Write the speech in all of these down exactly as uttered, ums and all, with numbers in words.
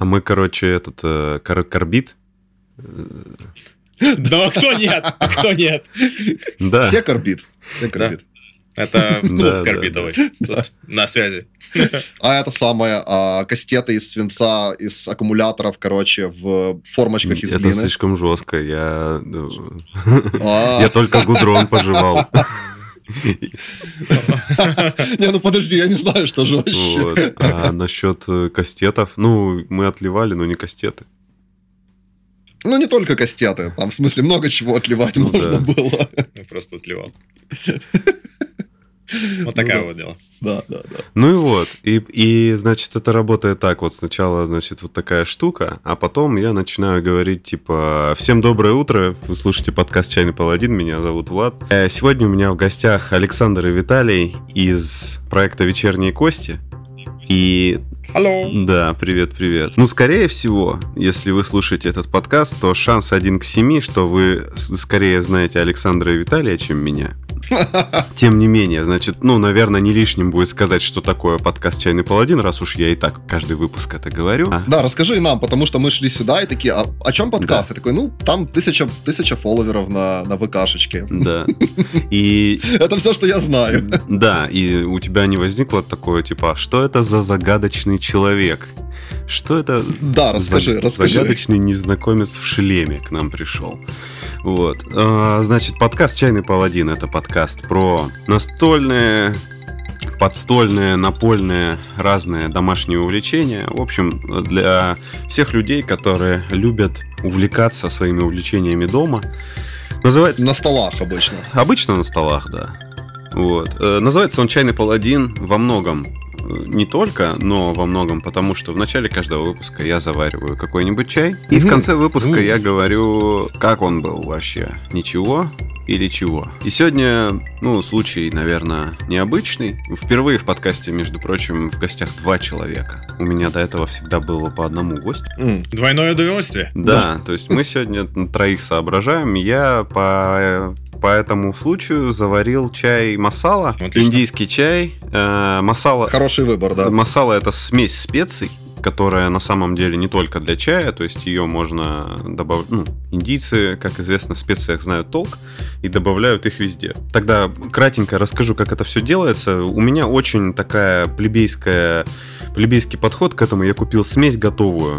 А мы, короче, этот э, кар- карбид. Да, кто нет? Кто нет? Да. Все карбид. Все карбид. Это Да, клуб да, карбидовый. На связи. А это самое, а, кастеты из свинца, из аккумуляторов, короче, в формочках из Это глины. слишком жестко. Я, А. я только гудрон пожевал. Не, ну подожди, я не знаю, что жестче. Вот. А насчет э, кастетов, ну, мы отливали, но не кастеты. Ну, не только кастеты, там, в смысле, много чего отливать Ну, можно да. было. Я просто отливал. Вот такая вот дело. Да, да, да. Ну и вот, и, и, значит, это работает так, вот сначала, значит, вот такая штука, а потом я начинаю говорить, типа, всем доброе утро, вы слушаете подкаст «Чайный паладин», меня зовут Влад. Э, Сегодня у меня в гостях Александр и Виталий из проекта «Вечерние кости». И Hello. да, привет-привет. Ну, скорее всего, если вы слушаете этот подкаст, то шанс один к семи, что вы с- скорее знаете Александра и Виталия, чем меня. Тем не менее, значит, ну, наверное, не лишним будет сказать, что такое подкаст «Чайный паладин», раз уж я и так каждый выпуск это говорю. А, Да, расскажи нам, потому что мы шли сюда и такие, а о чем подкаст? Я такой, ну, там тысяча, тысяча фолловеров на, на ВКшечке. Да. И Это все, что я знаю. да, и у тебя не возникло такое, типа, а что это за загадочный человек? Что это Да, расскажи, за- расскажи. загадочный незнакомец в шлеме к нам пришел? Вот. А, Значит, подкаст «Чайный паладин» — это подкаст про настольные, подстольные, напольные, разные домашние увлечения. В общем, для всех людей, которые любят увлекаться своими увлечениями дома. Называется... На столах обычно. Обычно на столах, да. Вот. Э, Называется он «Чайный паладин» во многом. э, Не только, но во многом, потому что в начале каждого выпуска я завариваю какой-нибудь чай, и в Мгм. конце выпуска Мгм. я говорю, как он был вообще. Ничего или чего. И сегодня, ну, случай, наверное, необычный. Впервые в подкасте, между прочим, в гостях два человека. У меня до этого всегда было по одному гостю. М. Двойное удовольствие. Да, то есть мы сегодня троих соображаем. Я по, по этому случаю заварил чай масала, Отлично. индийский чай. Э, масала, Хороший выбор, да. масала — это смесь специй, которая на самом деле не только для чая, то есть ее можно добавлять. Ну, индийцы, как известно, в специях знают толк и добавляют их везде. Тогда кратенько расскажу, как это все делается. У меня очень такая плебейская, плебейский подход к этому. Я купил смесь готовую,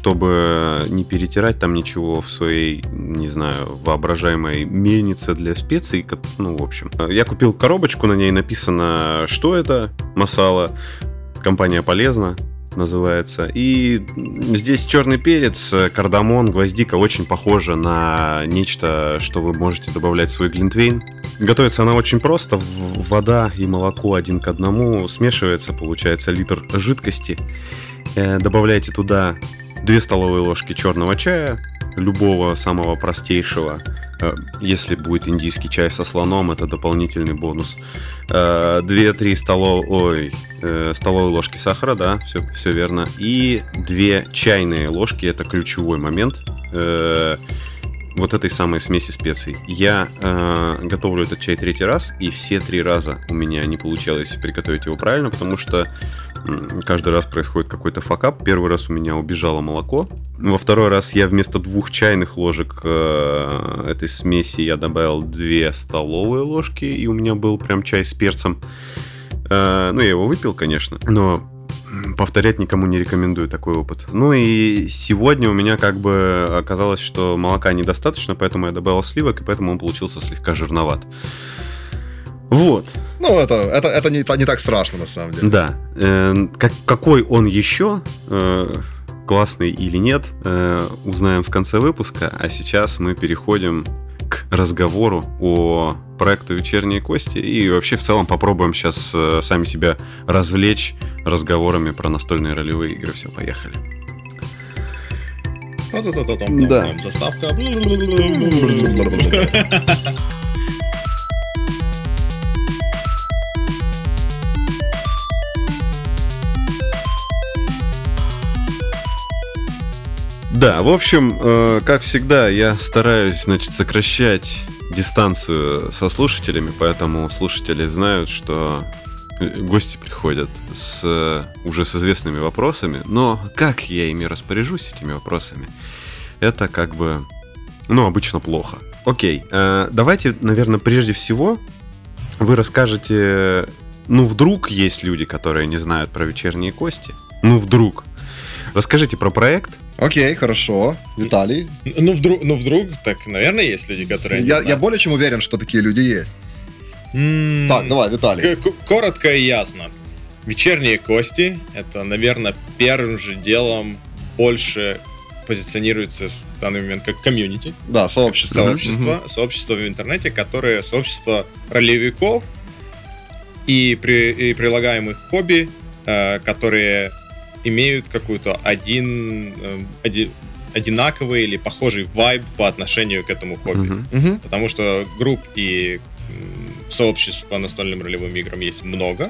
чтобы не перетирать там ничего в своей, не знаю, воображаемой мельнице для специй. ко- Ну, в общем. Я купил коробочку, на ней написано, что это, масала, компания полезна, называется. И здесь черный перец, кардамон, гвоздика очень похожа на нечто, что вы можете добавлять в свой глинтвейн. Готовится она очень просто. В- Вода и молоко один к одному смешивается, получается литр жидкости. Э, Добавляете туда две столовые ложки черного чая, любого самого простейшего. Э, Если будет индийский чай со слоном, это дополнительный бонус. Э, две-три столов... Ой, э, столовые ложки сахара, да, все, все верно. И две чайные ложки, это ключевой момент, э, вот этой самой смеси специй. Я э, готовлю этот чай третий раз, и все три раза у меня не получалось приготовить его правильно, потому что м, каждый раз происходит какой-то факап. Первый раз у меня убежало молоко. Во второй раз я вместо двух чайных ложек э, этой смеси я добавил две столовые ложки, и у меня был прям чай с перцем. Э, ну, я его выпил, конечно, но повторять никому не рекомендую такой опыт. Ну и сегодня у меня как бы оказалось, что молока недостаточно, поэтому я добавил сливок, и поэтому он получился слегка жирноват. Вот. Ну, это, это, это не, та- не так страшно, на самом деле. Да. Э, как, какой он еще, э, классный или нет, э, узнаем в конце выпуска. А сейчас мы переходим к разговору о проекту «Вечерние кости». И вообще в целом попробуем сейчас э, сами себя развлечь разговорами про настольные ролевые игры. Все, поехали. Да. Заставка. Да, в общем, э, как всегда, я стараюсь, значит, сокращать дистанцию со слушателями, поэтому слушатели знают, что гости приходят с, уже с известными вопросами, но как я ими распоряжусь, этими вопросами, это как бы, ну, обычно плохо. Окей, э, давайте, наверное, прежде всего вы расскажете, ну, вдруг есть люди, которые не знают про вечерние кости, ну, вдруг. Расскажите про проект. Окей, хорошо. Виталий? Ну, вдруг, ну, вдруг, так, наверное, есть люди, которые не Я, знают. я более чем уверен, что такие люди есть. М, Так, давай, Виталий. к- Коротко и ясно. Вечерние кости — это, наверное, первым же делом больше позиционируется в данный момент как комьюнити, Да, сообщество. сообщество, Мгм. сообщество в интернете, которое сообщество ролевиков и, при, и прилагаемых хобби, э, которые имеют какой-то один, э, оди- одинаковый или похожий вайб по отношению к этому хобби. Мгм. Мгм. Потому что групп и м, сообществ по настольным ролевым играм есть много,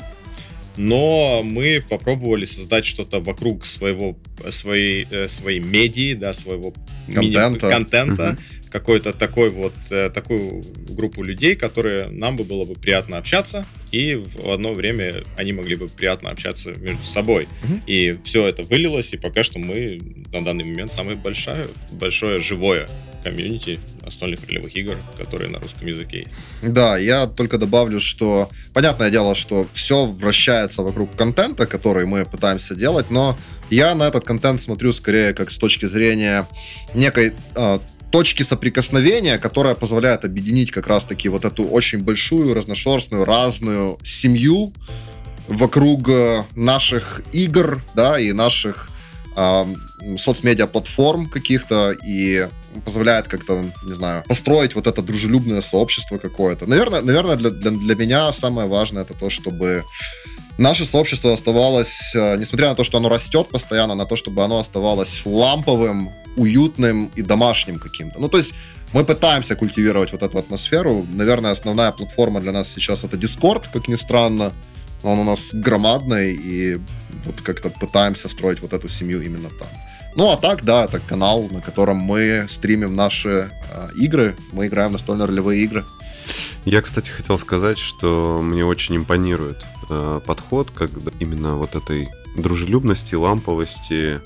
но мы попробовали создать что-то вокруг своего, своей, э, своей медии, да, своего мини- Контента. контента, Мгм. какой-то такой вот, э, такую группу людей, которые нам бы было бы приятно общаться, и в одно время они могли бы приятно общаться между собой. Мгм. И все это вылилось, и пока что мы на данный момент самое большое, большое живое комьюнити настольных ролевых игр, которые на русском языке есть. Да, я только добавлю, что понятное дело, что все вращается вокруг контента, который мы пытаемся делать, но я на этот контент смотрю скорее как с точки зрения некой э, точки соприкосновения, которая позволяет объединить как раз-таки вот эту очень большую, разношерстную, разную семью вокруг э, наших игр, да, и наших э, соцмедиа-платформ каких-то, и позволяет как-то, не знаю, построить вот это дружелюбное сообщество какое-то. Наверное, наверное для, для, для меня самое важное это то, чтобы наше сообщество оставалось, э, несмотря на то, что оно растет постоянно, на то, чтобы оно оставалось ламповым, уютным и домашним каким-то. Ну, то есть мы пытаемся культивировать вот эту атмосферу. Наверное, основная платформа для нас сейчас это Discord, как ни странно. Он у нас громадный, и вот как-то пытаемся строить вот эту семью именно там. Ну, а так, да, это канал, на котором мы стримим наши э, игры. Мы играем в настольно-ролевые игры. Я, кстати, хотел сказать, что мне очень импонирует э, подход, когда именно вот этой дружелюбности, ламповости,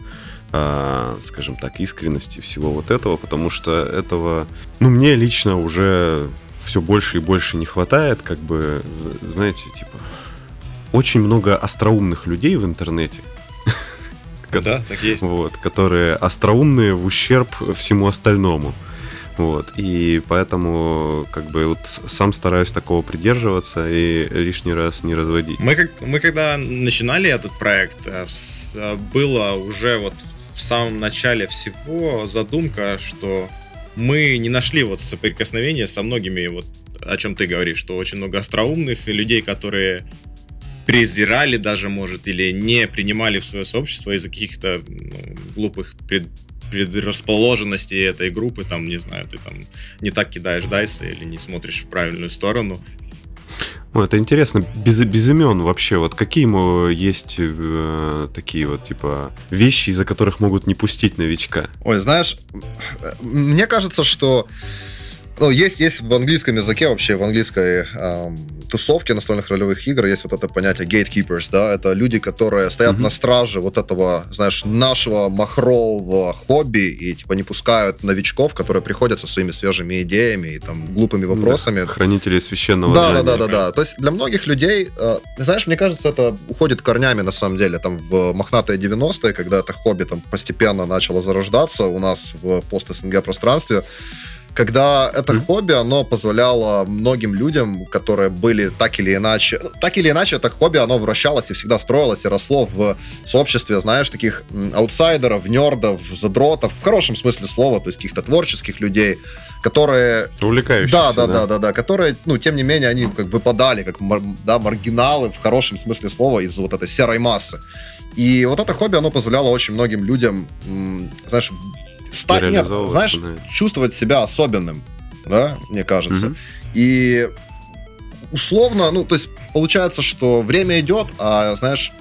э, скажем так, искренности всего вот этого, потому что этого, ну, мне лично уже все больше и больше не хватает, как бы, знаете, типа, очень много остроумных людей в интернете. Да, так есть. Вот, которые остроумные в ущерб всему остальному. Вот, и поэтому как бы вот сам стараюсь такого придерживаться и лишний раз не разводить. Мы, как, мы когда начинали этот проект, э, с- э, было уже вот в самом начале всего задумка, что мы не нашли вот соприкосновения со многими, вот о чем ты говоришь, что очень много остроумных людей, которые презирали даже, может, или не принимали в свое сообщество из-за каких-то ну, глупых пред, предрасположенностей этой группы, там, не знаю, ты там не так кидаешь дайсы или не смотришь в правильную сторону. Ну, это интересно, без, без имен вообще, вот какие ему есть э, такие вот, типа, вещи, из-за которых могут не пустить новичка? Ой, знаешь, мне кажется, что ну, есть, есть в английском языке, вообще в английской эм, тусовке настольных ролевых игр есть вот это понятие gatekeepers, да, это люди, которые стоят Мгм. на страже вот этого, знаешь, нашего махрового хобби и типа не пускают новичков, которые приходят со своими свежими идеями и там глупыми вопросами. Да, хранители священного Да, да, знания. да, да, да. То есть для многих людей, э, знаешь, мне кажется, это уходит корнями на самом деле там в мохнатые девяностые, когда это хобби там постепенно начало зарождаться у нас в пост-СНГ пространстве. Когда это Мгм. хобби, оно позволяло многим людям, которые были так или иначе... ну, так или иначе, это хобби, оно вращалось и всегда строилось и росло в сообществе, знаешь, таких м, аутсайдеров, нердов, задротов, в хорошем смысле слова, то есть каких-то творческих людей, которые... Увлекающийся, Да, да, да, да, да, которые, ну, тем не менее, они как выпадали, как мар- да, маргиналы в хорошем смысле слова из вот этой серой массы. И вот это хобби, оно позволяло очень многим людям, м, знаешь, в- стать, нет, Реализовываться, знаешь, да. чувствовать себя особенным, да, мне кажется. Мгм. И условно, ну, то есть получается, что время идет, а, знаешь,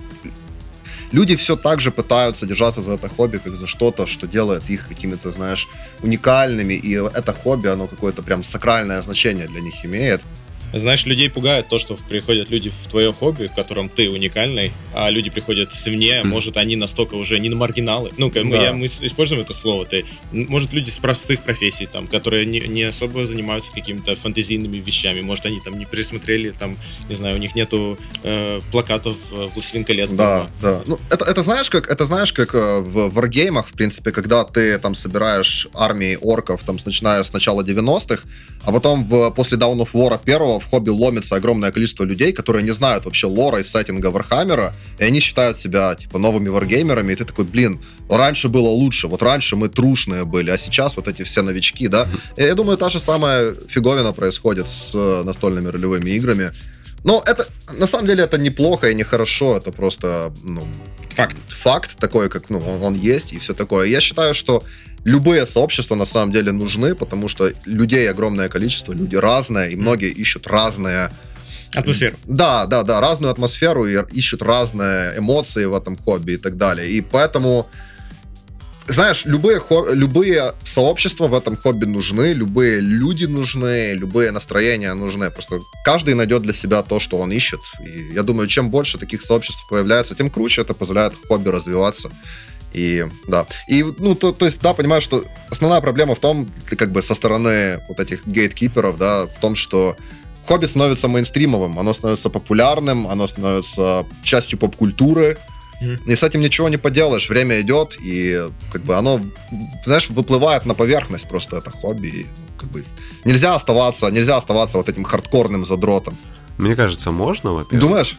люди все так же пытаются держаться за это хобби, как за что-то, что делает их какими-то, знаешь, уникальными, и это хобби, оно какое-то прям сакральное значение для них имеет. Знаешь, людей пугает то, что приходят люди в твое хобби, в котором ты уникальный, а люди приходят извне, mm. может, они настолько уже не на маргиналы. Ну, мы, да. я, мы используем это слово. Ты, может, люди с простых профессий, там, которые не, не особо занимаются какими-то фантазийными вещами. Может, они там не присмотрели, там, не знаю, у них нету э, плакатов «Властелин колец». Да, да. Ну, это, это, знаешь, как, это знаешь, как в варгеймах, в принципе, когда ты там собираешь армии орков, там, начиная с начала девяностых, а потом в, после Dawn of War первого в хобби ломится огромное количество людей, которые не знают вообще лора и сеттинга Вархаммера, и они считают себя, типа, новыми варгеймерами, и ты такой, блин, раньше было лучше, вот раньше мы трушные были, а сейчас вот эти все новички, да? И я думаю, та же самая фиговина происходит с настольными ролевыми играми. Но это, на самом деле, это неплохо и нехорошо, это просто, ну... Факт. Факт такой, как, ну, он, он есть, и все такое. Я считаю, что любые сообщества на самом деле нужны, потому что людей огромное количество, люди разные, и многие ищут разные... Атмосферу. Да, да, да, разную атмосферу, и ищут разные эмоции в этом хобби и так далее. И поэтому, знаешь, любые, хо... любые сообщества в этом хобби нужны, любые люди нужны, любые настроения нужны. Просто каждый найдет для себя то, что он ищет. И я думаю, чем больше таких сообществ появляется, тем круче это позволяет хобби развиваться. И, да. И, ну, то, то есть, да, понимаю, что основная проблема в том, как бы, со стороны вот этих гейткиперов, да, в том, что хобби становится мейнстримовым, оно становится популярным, оно становится частью поп-культуры, mm-hmm. и с этим ничего не поделаешь, время идет, и, как бы, оно, знаешь, выплывает на поверхность просто, это хобби, и, как бы, нельзя оставаться, нельзя оставаться вот этим хардкорным задротом. Мне кажется, можно, во-первых. Думаешь?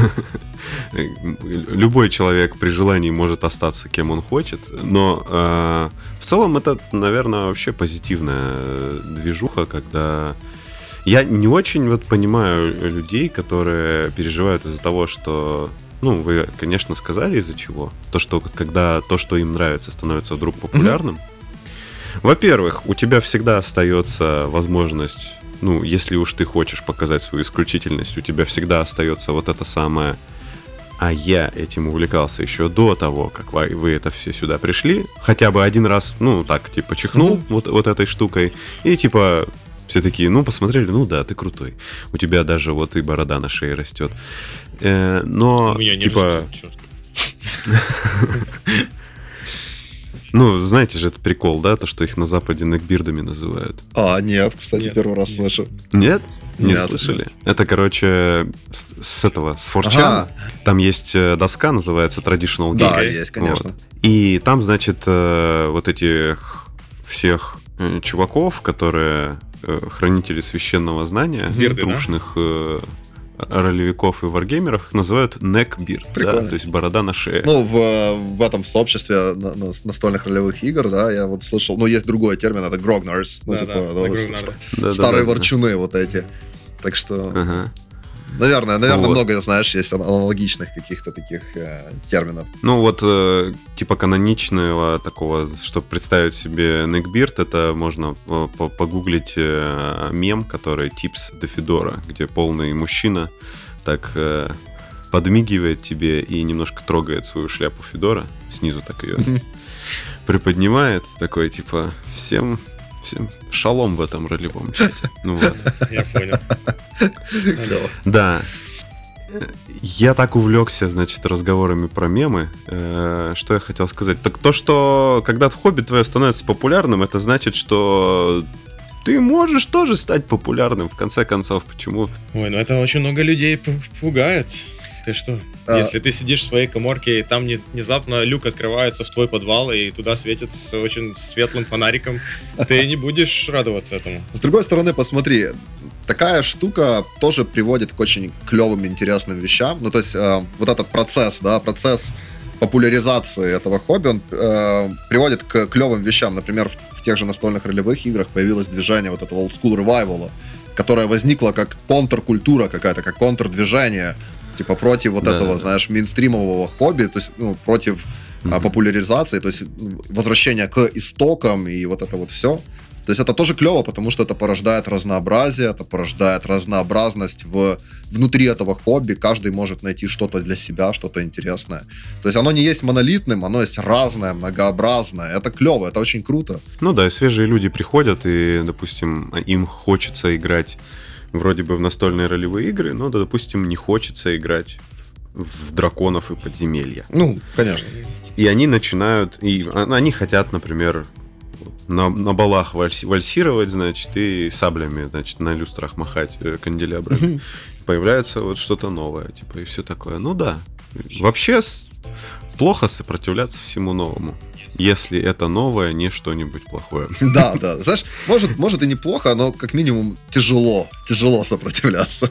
Любой человек при желании может остаться кем он хочет, но э, в целом это, наверное, вообще позитивная движуха, когда... Я не очень вот понимаю людей, которые переживают из-за того, что... Ну, вы, конечно, сказали из-за чего. То, что когда то, что им нравится, становится вдруг популярным. Mm-hmm. Во-первых, у тебя всегда остается возможность... Ну, если уж ты хочешь показать свою исключительность, у тебя всегда остается вот это самое «а я этим увлекался еще до того, как вы, вы это все сюда пришли». Хотя бы один раз, ну, так, типа, чихнул mm-hmm. вот, вот этой штукой. И, типа, все такие, ну, посмотрели, ну, да, ты крутой. У тебя даже вот и борода на шее растет. Э, но, у меня не типа... растет, Ну, знаете же, это прикол, да, то, что их на Западе некбирдами называют. А, нет, кстати, нет, первый раз нет. слышу. Нет? Не Нет, слышали? нет. Это, короче, с, с этого, с форчана. Ага. Там есть доска, называется Traditional Geek. Да, есть, конечно. Вот. И там, значит, вот этих всех чуваков, которые хранители священного знания, Бирды, трушных... Да? ролевиков и варгеймеров называют neckbeard, да, то есть борода на шее. Ну, в, в этом сообществе на, на, настольных ролевых игр, да, я вот слышал, ну, есть другой термин, это grognards, ну, да, типа, да, ну, да, ст- да, старые да, да, ворчуны да. вот эти. Так что, ага. наверное, наверное, вот. много, знаешь, есть аналогичных каких-то таких э, терминов. Ну, вот, э, типа каноничного такого, чтобы представить себе neckbeard, это можно э, погуглить э, мем, который Tips de Fedora, где полный мужчина так э, подмигивает тебе и немножко трогает свою шляпу Федора, снизу так ее mm-hmm. приподнимает, такой, типа, всем, всем шалом в этом ролевом чате. Ну вот. Я понял. Да. Я так увлекся, значит, разговорами про мемы. Э, что я хотел сказать? Так то, что когда хобби твое становится популярным, это значит, что ты можешь тоже стать популярным, в конце концов. Почему? Ой, ну это очень много людей пугает. Ты что? А... Если ты сидишь в своей каморке, и там внезапно люк открывается в твой подвал, и туда светит с очень светлым фонариком, ты не будешь радоваться этому. С другой стороны, посмотри, такая штука тоже приводит к очень клевым, интересным вещам. Ну, то есть, э, вот этот процесс, да, процесс популяризации этого хобби, он э, приводит к клевым вещам. Например, в, в тех же настольных ролевых играх появилось движение вот этого олдскул ревайвала, которое возникло как контркультура какая-то, как контрдвижение, типа против вот да, этого, да. знаешь, мейнстримового хобби, то есть, ну, против mm-hmm. а, популяризации, то есть возвращения к истокам и вот это вот все. То есть это тоже клево, потому что это порождает разнообразие, это порождает разнообразность в, внутри этого хобби. Каждый может найти что-то для себя, что-то интересное. То есть оно не есть монолитным, оно есть разное, многообразное. Это клево, это очень круто. Ну да, и свежие люди приходят, и, допустим, им хочется играть вроде бы в настольные ролевые игры, но, допустим, не хочется играть в драконов и подземелья. Ну, конечно. И они начинают, и они хотят, например, на, на балах вальс, вальсировать, значит, и саблями, значит, на люстрах махать канделябрами. Появляется вот что-то новое, типа, и все такое. Ну да, вообще плохо сопротивляться всему новому, если это новое, не что-нибудь плохое. Да, да. Знаешь, может, может и неплохо, но как минимум тяжело, тяжело сопротивляться.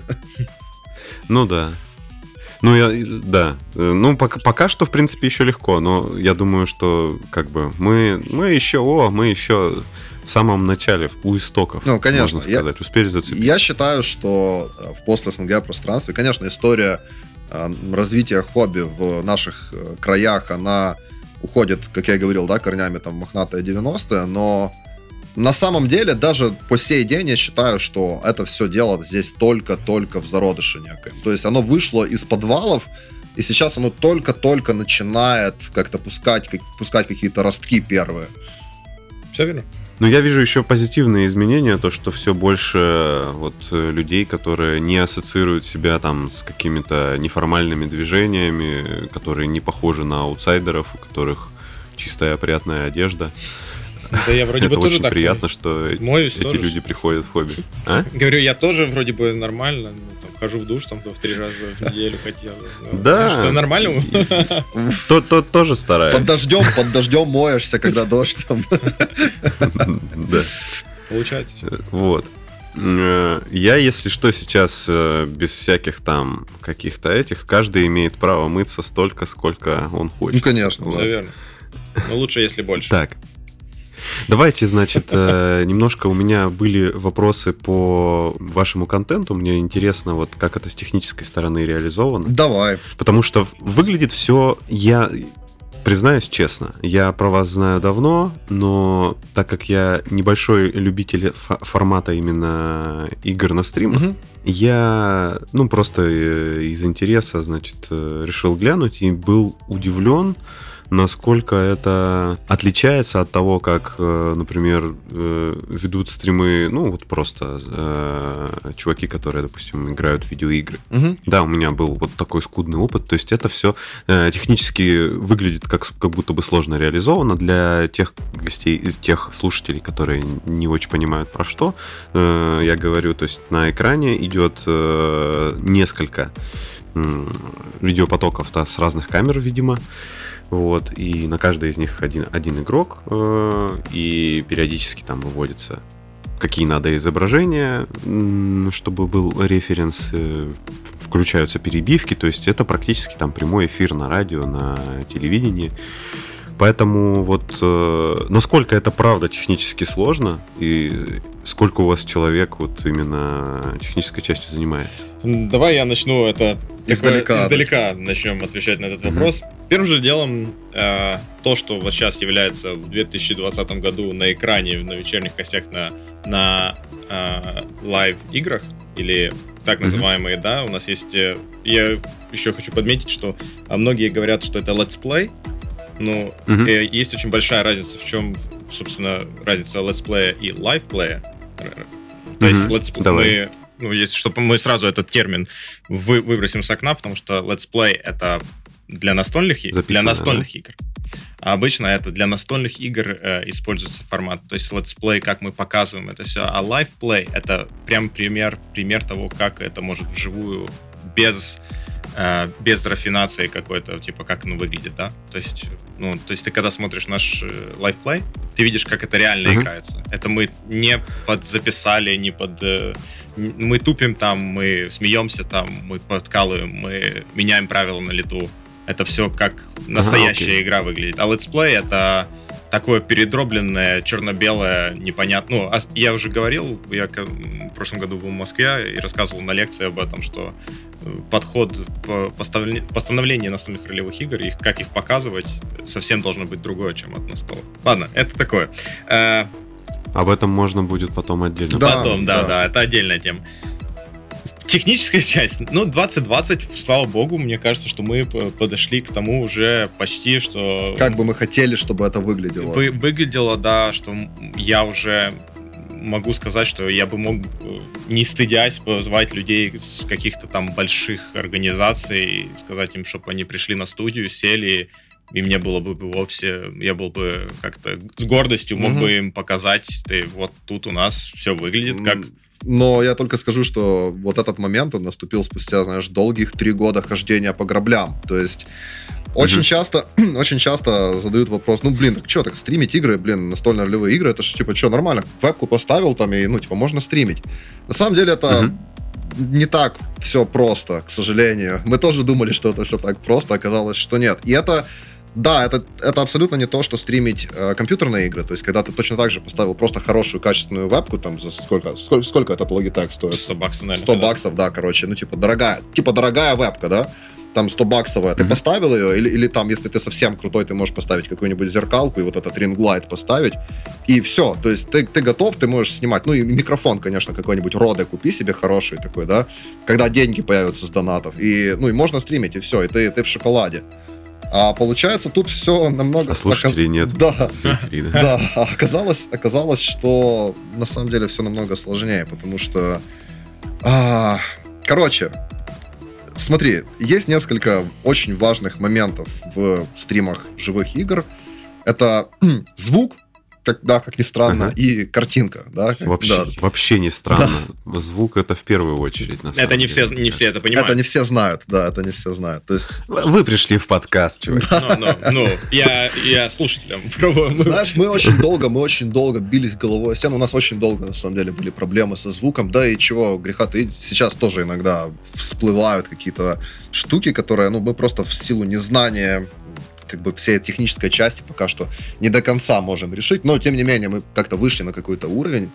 Ну да. Ну, я, да. Ну, пока, пока что, в принципе, еще легко, но я думаю, что, как бы, мы, мы еще, о, мы еще в самом начале, у истоков, ну, конечно, можно сказать, я, успели зацепить. Я считаю, что в пост-СНГ пространстве, конечно, история э, развития хобби в наших э, краях, она уходит, как я и говорил, да, корнями там мохнатые девяностые, но на самом деле, даже по сей день я считаю, что это все дело здесь только-только в зародыше некоем. То есть оно вышло из подвалов, и сейчас оно только-только начинает как-то пускать, как, пускать какие-то ростки первые. Все верно. Но я вижу еще позитивные изменения, то, что все больше вот людей, которые не ассоциируют себя там с какими-то неформальными движениями, которые не похожи на аутсайдеров, у которых чистая опрятная одежда. Да я вроде это бы тоже очень так приятно, что моюсь эти тоже. люди приходят в хобби. А? Говорю, я тоже вроде бы нормально, ну, там, хожу в душ там в три раза в неделю хотя бы. Да. Ну, что, нормально? То, то тоже стараюсь. Под дождем, под дождем моешься, когда дождь там. Да. Получается. Вот. Я, если что, сейчас без всяких там каких-то этих, каждый имеет право мыться столько, сколько он хочет. Ну, конечно. Все верно. Но лучше, если больше. Так. Давайте, значит, немножко у меня были вопросы по вашему контенту. Мне интересно, вот как это с технической стороны реализовано. Давай. Потому что выглядит все, я признаюсь честно, я про вас знаю давно, но так как я небольшой любитель формата именно игр на стримах, угу. я, ну, просто из интереса, значит, решил глянуть и был удивлен, насколько это отличается от того, как, например, ведут стримы, ну, вот просто э, чуваки, которые, допустим, играют в видеоигры. Угу. Да, у меня был вот такой скудный опыт, то есть это все э, технически выглядит как, как будто бы сложно реализовано для тех гостей, тех слушателей, которые не очень понимают про что. Э, я говорю, то есть на экране идет э, несколько э, видеопотоков-то с разных камер, видимо. Вот, и на каждой из них один, один игрок, э, и периодически там выводятся какие надо изображения, чтобы был референс, э, включаются перебивки, то есть это практически там прямой эфир на радио, на телевидении. Поэтому вот э, насколько это правда технически сложно, и сколько у вас человек вот именно технической частью занимается? Давай я начну это издалека, такое, издалека начнем отвечать на этот вопрос. Mm-hmm. Первым же делом э, то, что вот сейчас является в две тысячи двадцатом году на экране, на вечерних костях, на, на э, лайв-играх, или так называемые, mm-hmm. да, у нас есть... Э, я еще хочу подметить, что многие говорят, что это летсплей. Ну, uh-huh. э, есть очень большая разница, в чем, собственно, разница летсплея и лайвплея. То uh-huh. есть летсплей мы, ну, есть, чтобы мы сразу этот термин вы, выбросим с окна, потому что летсплей — это для настольных, Записано, для настольных да? игр. А обычно это для настольных игр э, используется формат. То есть летсплей, как мы показываем это все, а лайвплей — это прям пример, пример того, как это может вживую, без... без рафинации какой-то, типа, как оно выглядит, да? То есть, ну, то есть ты когда смотришь наш э, лайвплей, ты видишь, как это реально uh-huh. играется. Это мы не подзаписали, не под... Э, мы тупим там, мы смеемся там, мы подкалываем, мы меняем правила на лету. Это все как настоящая uh-huh, okay. игра выглядит. А летсплей — это такое передробленное, черно-белое, непонятно. Ну, я уже говорил, я в прошлом году был в Москве и рассказывал на лекции об этом, что подход по постановлению настольных ролевых игр, их, как их показывать, совсем должно быть другое, чем от настола. Ладно, это такое. Об этом можно будет потом отдельно. Да, потом, да, да, да, это отдельная тема. Техническая часть. Ну, двадцать двадцать, слава богу, мне кажется, что мы подошли к тому уже почти, что... Как бы мы хотели, чтобы это выглядело. Вы, выглядело, да, что я уже могу сказать, что я бы мог, не стыдясь, позвать людей с каких-то там больших организаций, сказать им, чтобы они пришли на студию, сели, и мне было бы вовсе, я был бы как-то с гордостью мог mm-hmm. бы им показать, ты, вот тут у нас все выглядит как... Но я только скажу, что вот этот момент, он наступил спустя, знаешь, долгих три года хождения по граблям. То есть очень mm-hmm. часто, очень часто задают вопрос, ну, блин, так что, так стримить игры, блин, настольно-ролевые игры, это же, типа, что, нормально, вебку поставил там и, ну, типа, можно стримить. На самом деле это mm-hmm. не так все просто, к сожалению. Мы тоже думали, что это все так просто, оказалось, что нет. И это... Да, это, это абсолютно не то, что стримить э, компьютерные игры. То есть, когда ты точно так же поставил просто хорошую, качественную вебку, там, за сколько, сколько, сколько этот Logitech стоит? сто баксов, наверное. сто баксов, да, короче. Ну, типа, дорогая, типа, дорогая вебка, да? Там сто баксовая. Ты mm-hmm. поставил ее, или, или там, если ты совсем крутой, ты можешь поставить какую-нибудь зеркалку и вот этот Ring Light поставить, и все. То есть, ты, ты готов, ты можешь снимать. Ну, и микрофон, конечно, какой-нибудь Rode купи себе хороший такой, да? Когда деньги появятся с донатов. И, ну, и можно стримить, и все, и ты, ты в шоколаде. А получается, тут все намного... А слушателей оказ... нет. Да, зрителей, да. да. А оказалось, оказалось, что на самом деле все намного сложнее, потому что... А... Короче, смотри, есть несколько очень важных моментов в стримах живых игр. Это звук, как, да, как ни странно, ага. и картинка, да. Вообще, да. вообще не странно. Да. Звук это в первую очередь, на самом это не деле. Все, не все это понимают. Это не все знают, да, это не все знают. То есть... Вы пришли в подкаст, чувак. Ну, ну, ну, я, я слушателям пробую. Знаешь, мы очень долго, мы очень долго бились головой о стену. У нас очень долго, на самом деле, были проблемы со звуком. Да и чего греха ты сейчас тоже иногда всплывают какие-то штуки, которые, ну, мы просто в силу незнания как бы всей технической части пока что не до конца можем решить, но тем не менее мы как-то вышли на какой-то уровень.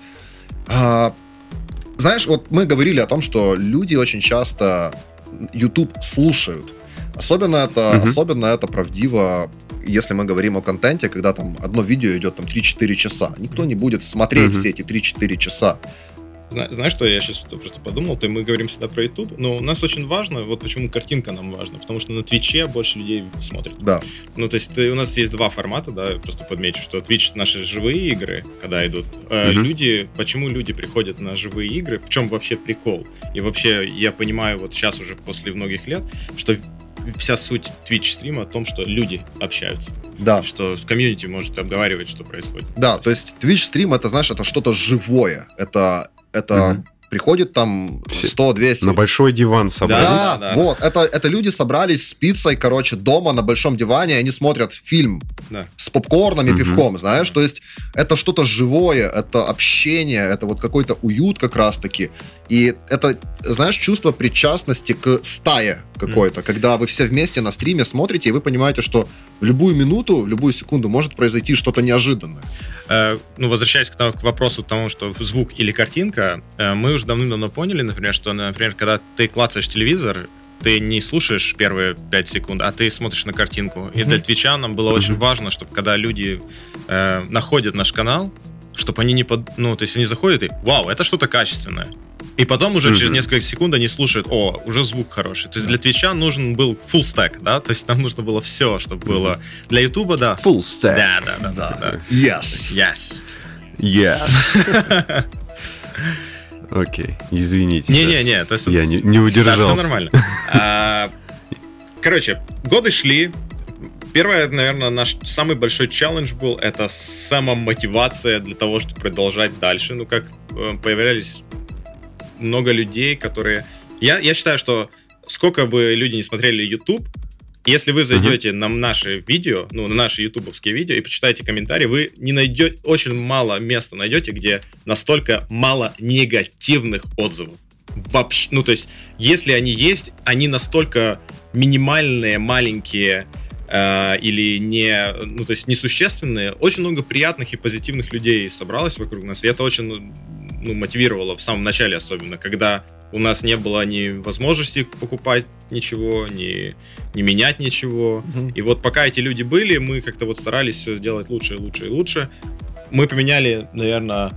А, знаешь, вот мы говорили о том, что люди очень часто YouTube слушают. Особенно это, mm-hmm. особенно это правдиво, если мы говорим о контенте, когда там одно видео идет там три-четыре часа. Никто не будет смотреть mm-hmm. все эти три-четыре часа. Знаешь, что я сейчас просто подумал? То мы говорим всегда про YouTube, но у нас очень важно, вот почему картинка нам важна, потому что на Твиче больше людей смотрит. Да. Ну, то есть ты, у нас есть два формата, да, я просто подмечу, что Twitch — наши живые игры, когда идут. Э, mm-hmm. Люди, почему люди приходят на живые игры, в чем вообще прикол? И вообще я понимаю вот сейчас уже после многих лет, что вся суть Twitch-стрима о том, что люди общаются. Да. Что комьюнити может обговаривать, что происходит. Да, то есть Twitch-стрим — это, знаешь, это что-то живое. Это... Это mm-hmm. приходит там сто-двести. На большой диван собрались. Да, да, да, вот. Это, это люди собрались с пиццей, короче, дома на большом диване, и они смотрят фильм да. с попкорном и mm-hmm. пивком, знаешь. То есть это что-то живое, это общение, это вот какой-то уют как раз-таки. И это, знаешь, чувство причастности к стае какой-то, mm-hmm. когда вы все вместе на стриме смотрите, и вы понимаете, что в любую минуту, в любую секунду может произойти что-то неожиданное. Э, ну, возвращаясь к, к вопросу тому, что звук или картинка, э, мы уже давным-давно поняли, например, что, например, когда ты клацаешь телевизор, ты не слушаешь первые пять секунд, а ты смотришь на картинку. Mm-hmm. И для Твича нам было mm-hmm. очень важно, чтобы когда люди э, находят наш канал, чтобы они не под... Ну, то есть они заходят и «Вау, это что-то качественное». И потом уже mm-hmm. через несколько секунд они слушают, о, уже звук хороший. То есть для Твича нужен был full stack, да? То есть нам нужно было все, чтобы mm-hmm. было. Для Ютуба, да. Full stack. Да, да, да. да, да. Yes. Yes. Yes. Окей, извините. Не-не-не. Я не, не удержался. Да, все нормально. А, короче, годы шли. Первое, наверное, наш самый большой челлендж был, это самомотивация для того, чтобы продолжать дальше. Ну, как появлялись много людей, которые... Я, я считаю, что сколько бы люди не смотрели YouTube, если вы зайдете uh-huh. на наши видео, ну, на наши ютубовские видео и почитаете комментарии, вы не найдете, очень мало места найдете, где настолько мало негативных отзывов. Вообще, ну, то есть, если они есть, они настолько минимальные, маленькие, э, или не, ну, то есть, несущественные. Очень много приятных и позитивных людей собралось вокруг нас, и это очень, ну, мотивировало в самом начале особенно, когда у нас не было ни возможности покупать ничего, ни, ни менять ничего. Uh-huh. И вот пока эти люди были, мы как-то вот старались все делать лучше и лучше и лучше. Мы поменяли, наверное,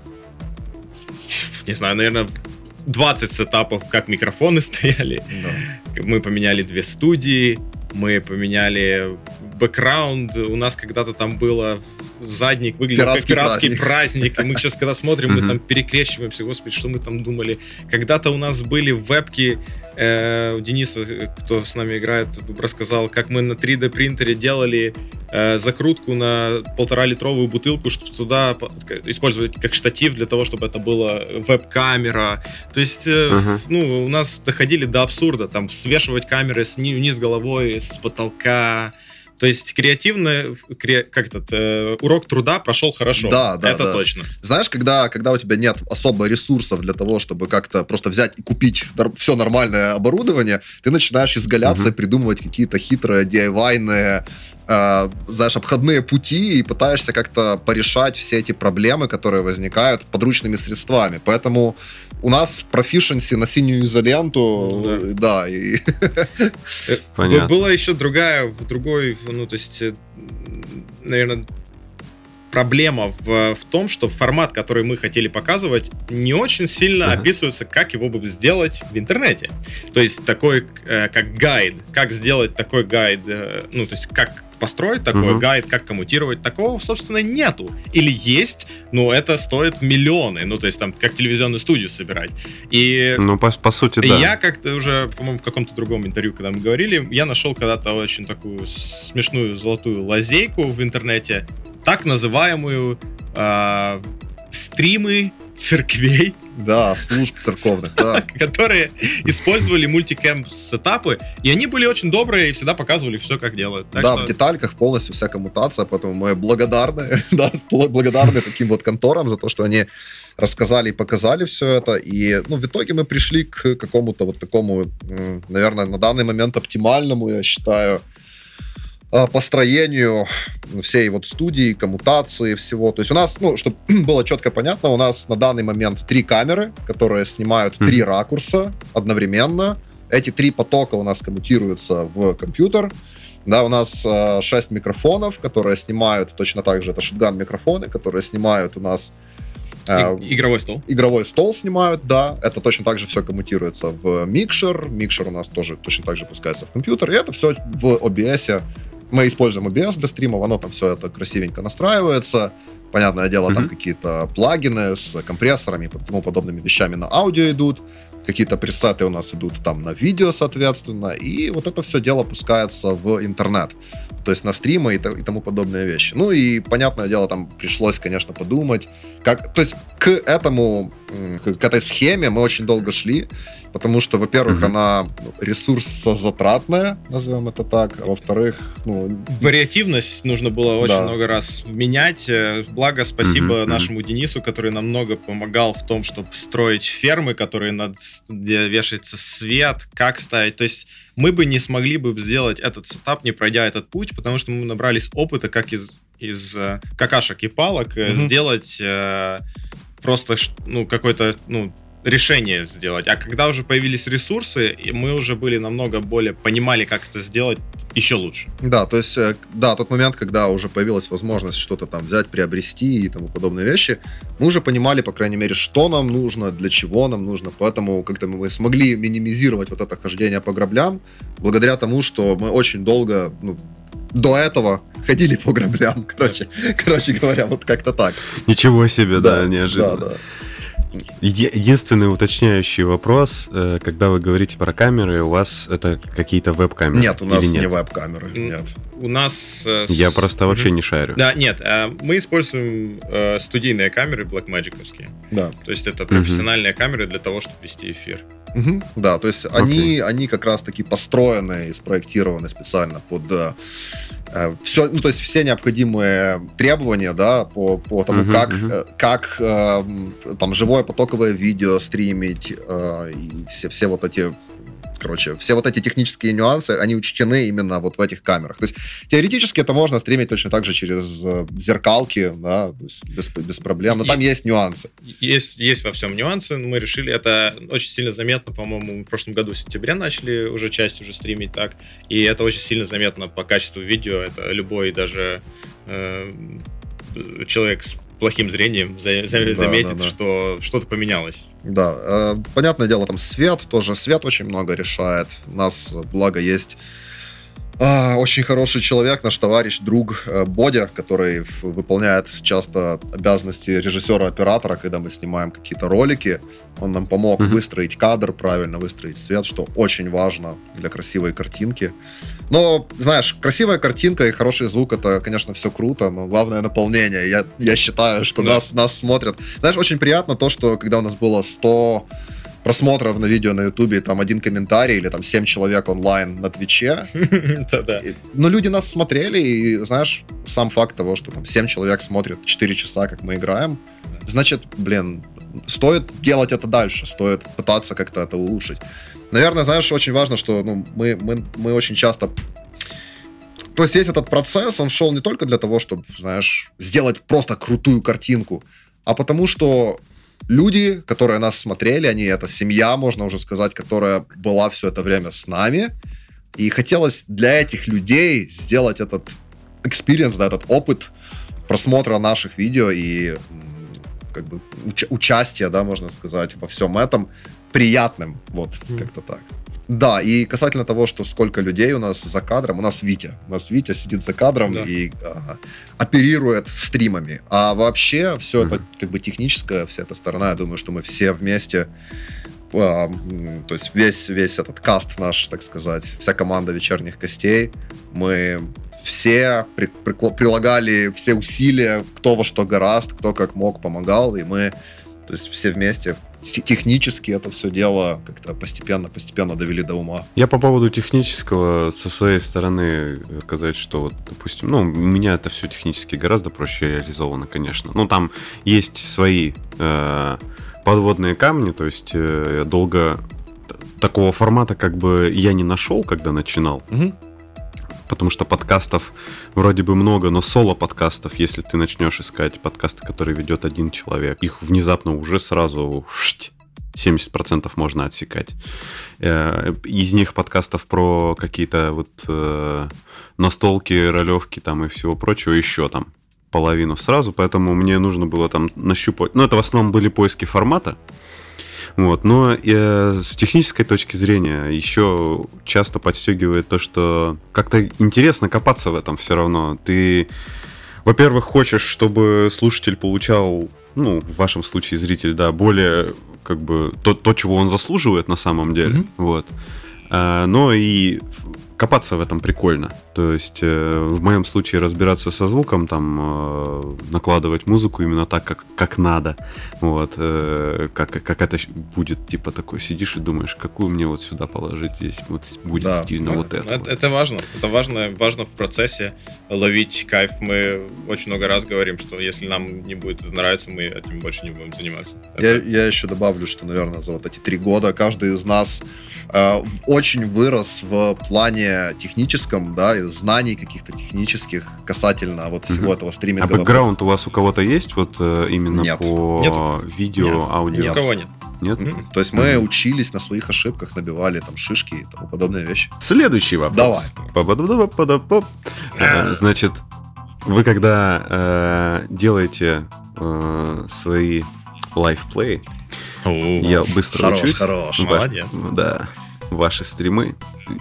не знаю, наверное, двадцать сетапов, как микрофоны стояли. Uh-huh. Мы поменяли две студии, мы поменяли бэкграунд. У нас когда-то там было задник выглядел Пиратский как пиратский праздник. праздник. И мы сейчас, когда смотрим, мы Мгм. там перекрещиваемся, господи, что мы там думали. Когда-то у нас были вебки, э, у Дениса, кто с нами играет, рассказал, как мы на три дэ принтере делали э, закрутку на полтора-литровую бутылку, чтобы туда по- использовать как штатив для того, чтобы это была веб-камера. То есть, э, Ага. ну, у нас доходили до абсурда, там, свешивать камеры сни- вниз головой, с потолка. То есть креативно, кре- как этот, э, урок труда прошел хорошо. Да, да, это да. точно. Знаешь, когда, когда у тебя нет особо ресурсов для того, чтобы как-то просто взять и купить все нормальное оборудование, ты начинаешь изгаляться и Мгм. придумывать какие-то хитрые ди ай вай-ные, э, знаешь, обходные пути и пытаешься как-то порешать все эти проблемы, которые возникают подручными средствами. Поэтому у нас proficiency на синюю изоленту, Ну, да. э, да, и Э, Понятно. Была еще другая, в другой, ну, то есть, наверное, проблема в, в том, что формат, который мы хотели показывать, не очень сильно Ага. описывается, как его бы сделать в интернете. То есть такой, э, как гайд, как сделать такой гайд, э, ну, то есть как построить такой Мгм. гайд, как коммутировать, такого, собственно, нету. Или есть, но это стоит миллионы, ну, то есть там, как телевизионную студию собирать. И Ну, по, по сути, да. я как-то уже, по-моему, в каком-то другом интервью, когда мы говорили, я нашел когда-то очень такую смешную золотую лазейку в интернете, так называемую а, стримы церквей, да, служб церковных, да. которые использовали мультикэм-сетапы, и они были очень добрые и всегда показывали все, как делают. Так Да, что- в детальках полностью вся коммутация, поэтому мы благодарны, да, бл- благодарны таким вот конторам за то, что они рассказали и показали все это. И, ну, в итоге мы пришли к какому-то вот такому, м, наверное, на данный момент оптимальному, я считаю, э, построению всей вот студии, коммутации, всего. То есть у нас, ну, чтобы было четко понятно, у нас на данный момент три камеры, которые снимают Мгм. три ракурса одновременно. Эти три потока у нас коммутируются в компьютер. Да, у нас э, шесть микрофонов, которые снимают точно так же, это шотган-микрофоны, которые снимают у нас э, И- игровой стол. игровой стол снимают, да, это точно так же все коммутируется в микшер, микшер у нас тоже точно так же пускается в компьютер, и это все в о би эс. Мы используем о би эс для стримов, оно там все это красивенько настраивается. Понятное дело, там Мгм. какие-то плагины с компрессорами и тому подобными вещами на аудио идут. Какие-то пресеты у нас идут там на видео, соответственно. И вот это все дело пускается в интернет. То есть на стримы и, то- и тому подобные вещи. Ну и, понятное дело, там пришлось, конечно, подумать. Как... То есть к этому, м, к к этой схеме мы очень долго шли. Потому что, во-первых, Мгм. она ну, ресурсозатратная, назовем это так. А во-вторых, ну, Вариативность нужно было очень Да. много раз менять. Э, Благо, спасибо Мгм, мгм. нашему Денису, который нам много помогал в том, чтобы строить фермы, которые над, где вешается свет, как ставить. То есть мы бы не смогли бы сделать этот сетап, не пройдя этот путь, потому что мы набрались опыта, как из, из э, какашек и палок э, Мгм. сделать э, просто ш- ну, какой-то ну, решение сделать. А когда уже появились ресурсы, и мы уже были намного более понимали, как это сделать еще лучше. да, то есть, э, да, тот момент, когда уже появилась возможность что-то там взять, приобрести и тому подобные вещи, мы уже понимали, по крайней мере, что нам нужно, для чего нам нужно, поэтому как-то мы смогли минимизировать вот это хождение по граблям, благодаря тому, что мы очень долго, ну, до этого ходили по граблям, короче, короче говоря, вот как-то так. Ничего себе, да, неожиданно. Да, да. Еди- Единственный уточняющий вопрос, э, когда вы говорите про камеры, у вас это какие-то веб-камеры? Нет, у нас или не нет? веб-камеры, М, нет. У нас... э, Я с- просто вообще Мгм. не шарю. Да, нет, э, мы используем э, студийные камеры Blackmagic-овские. Да. То есть это профессиональные камеры для того, чтобы вести эфир. Мгм. Да, то есть они, они как раз-таки построены и спроектированы специально под э, все, ну то есть все необходимые требования, да, по, по тому, Мгм, как, мгм. э, как э, там живое потоковое видео стримить э, и все, все вот эти, короче, все вот эти технические нюансы, они учтены именно вот в этих камерах. То есть теоретически это можно стримить точно так же через э, зеркалки, да, то есть без, без проблем, но И- там есть нюансы. Есть, есть во всем нюансы, но мы решили, это очень сильно заметно, по-моему, мы в прошлом году в сентябре начали уже часть уже стримить так, и это очень сильно заметно по качеству видео, это любой даже э, человек с плохим зрением за- за- Да, заметит, да, да. что что-то поменялось. Да, э, понятное дело, там свет тоже, свет очень много решает. У нас, благо, есть А, очень хороший человек, наш товарищ, друг э, Бодя, который выполняет часто обязанности режиссера-оператора, когда мы снимаем какие-то ролики. Он нам помог mm-hmm. выстроить кадр, правильно выстроить свет, что очень важно для красивой картинки. Но, знаешь, красивая картинка и хороший звук — это, конечно, все круто, но главное — наполнение. Я, я считаю, что да. нас, нас смотрят. Знаешь, очень приятно то, что когда у нас было сто просмотров на видео на Ютубе, там один комментарий или там семь человек онлайн на Твиче. Но люди нас смотрели, и, знаешь, сам факт того, что там семь человек смотрят четыре часа, как мы играем, значит, блин, стоит делать это дальше, стоит пытаться как-то это улучшить. Наверное, знаешь, очень важно, что ну, мы, мы, мы очень часто... То есть весь этот процесс, он шел не только для того, чтобы, знаешь, сделать просто крутую картинку, а потому что люди, которые нас смотрели, они, это семья, можно уже сказать, которая была все это время с нами, и хотелось для этих людей сделать этот экспириенс, да, этот опыт просмотра наших видео и как бы уч- участия, да, можно сказать, во всем этом приятным, вот, mm. как-то так. Да, и касательно того, что сколько людей у нас за кадром, у нас Витя. У нас Витя сидит за кадром да. и а, оперирует стримами. А вообще все mm-hmm. это как бы техническая вся эта сторона, я думаю, что мы все вместе, а, то есть весь, весь этот каст наш, так сказать, вся команда вечерних костей, мы все при, при, прилагали все усилия, кто во что гораст, кто как мог помогал, и мы, то есть все вместе технически это все дело как-то постепенно-постепенно довели до ума. Я по поводу технического со своей стороны сказать, что вот, допустим, ну, у меня это все технически гораздо проще реализовано, конечно. Ну, там есть свои э, подводные камни, то есть э, долго такого формата как бы я не нашел, когда начинал. Угу. Потому что подкастов вроде бы много, но соло-подкастов, если ты начнешь искать подкасты, которые ведет один человек, их внезапно уже сразу семьдесят процентов можно отсекать. Из них подкастов про какие-то вот настолки, ролевки там и всего прочего еще там половину сразу, поэтому мне нужно было там нащупать. Ну, это в основном были поиски формата. Вот, но э, с технической точки зрения еще часто подстегивает то, что как-то интересно копаться в этом все равно. Ты, во-первых, хочешь, чтобы слушатель получал, ну, в вашем случае зритель, да, более, как бы, то, то чего он заслуживает на самом деле, mm-hmm. вот. А, но и копаться в этом прикольно. То есть э, в моем случае разбираться со звуком, там, э, накладывать музыку именно так, как, как надо. Вот, э, как, как это будет, типа, такой, сидишь и думаешь, какую мне вот сюда положить здесь, вот будет да, стильно да, вот это. Это, вот. это важно. Это важно, важно в процессе ловить кайф. Мы очень много раз говорим, что если нам не будет это нравиться, мы этим больше не будем заниматься. Я, это... я еще добавлю, что, наверное, за вот эти три года каждый из нас э, очень вырос в плане техническом, да, знаний каких-то технических касательно вот всего mm-hmm. этого стриминга. А бэкграунд у вас у кого-то есть вот именно нет. по Нету. видео, нет. аудио? Нет. У кого нет. Нет? Mm-hmm. То есть мы mm-hmm. учились на своих ошибках, набивали там шишки и тому подобные вещи. Следующий вопрос. Давай. Значит, вы когда делаете свои лайфплеи, я быстро хорош, учусь. Хорош, молодец. Да. Ваши стримы.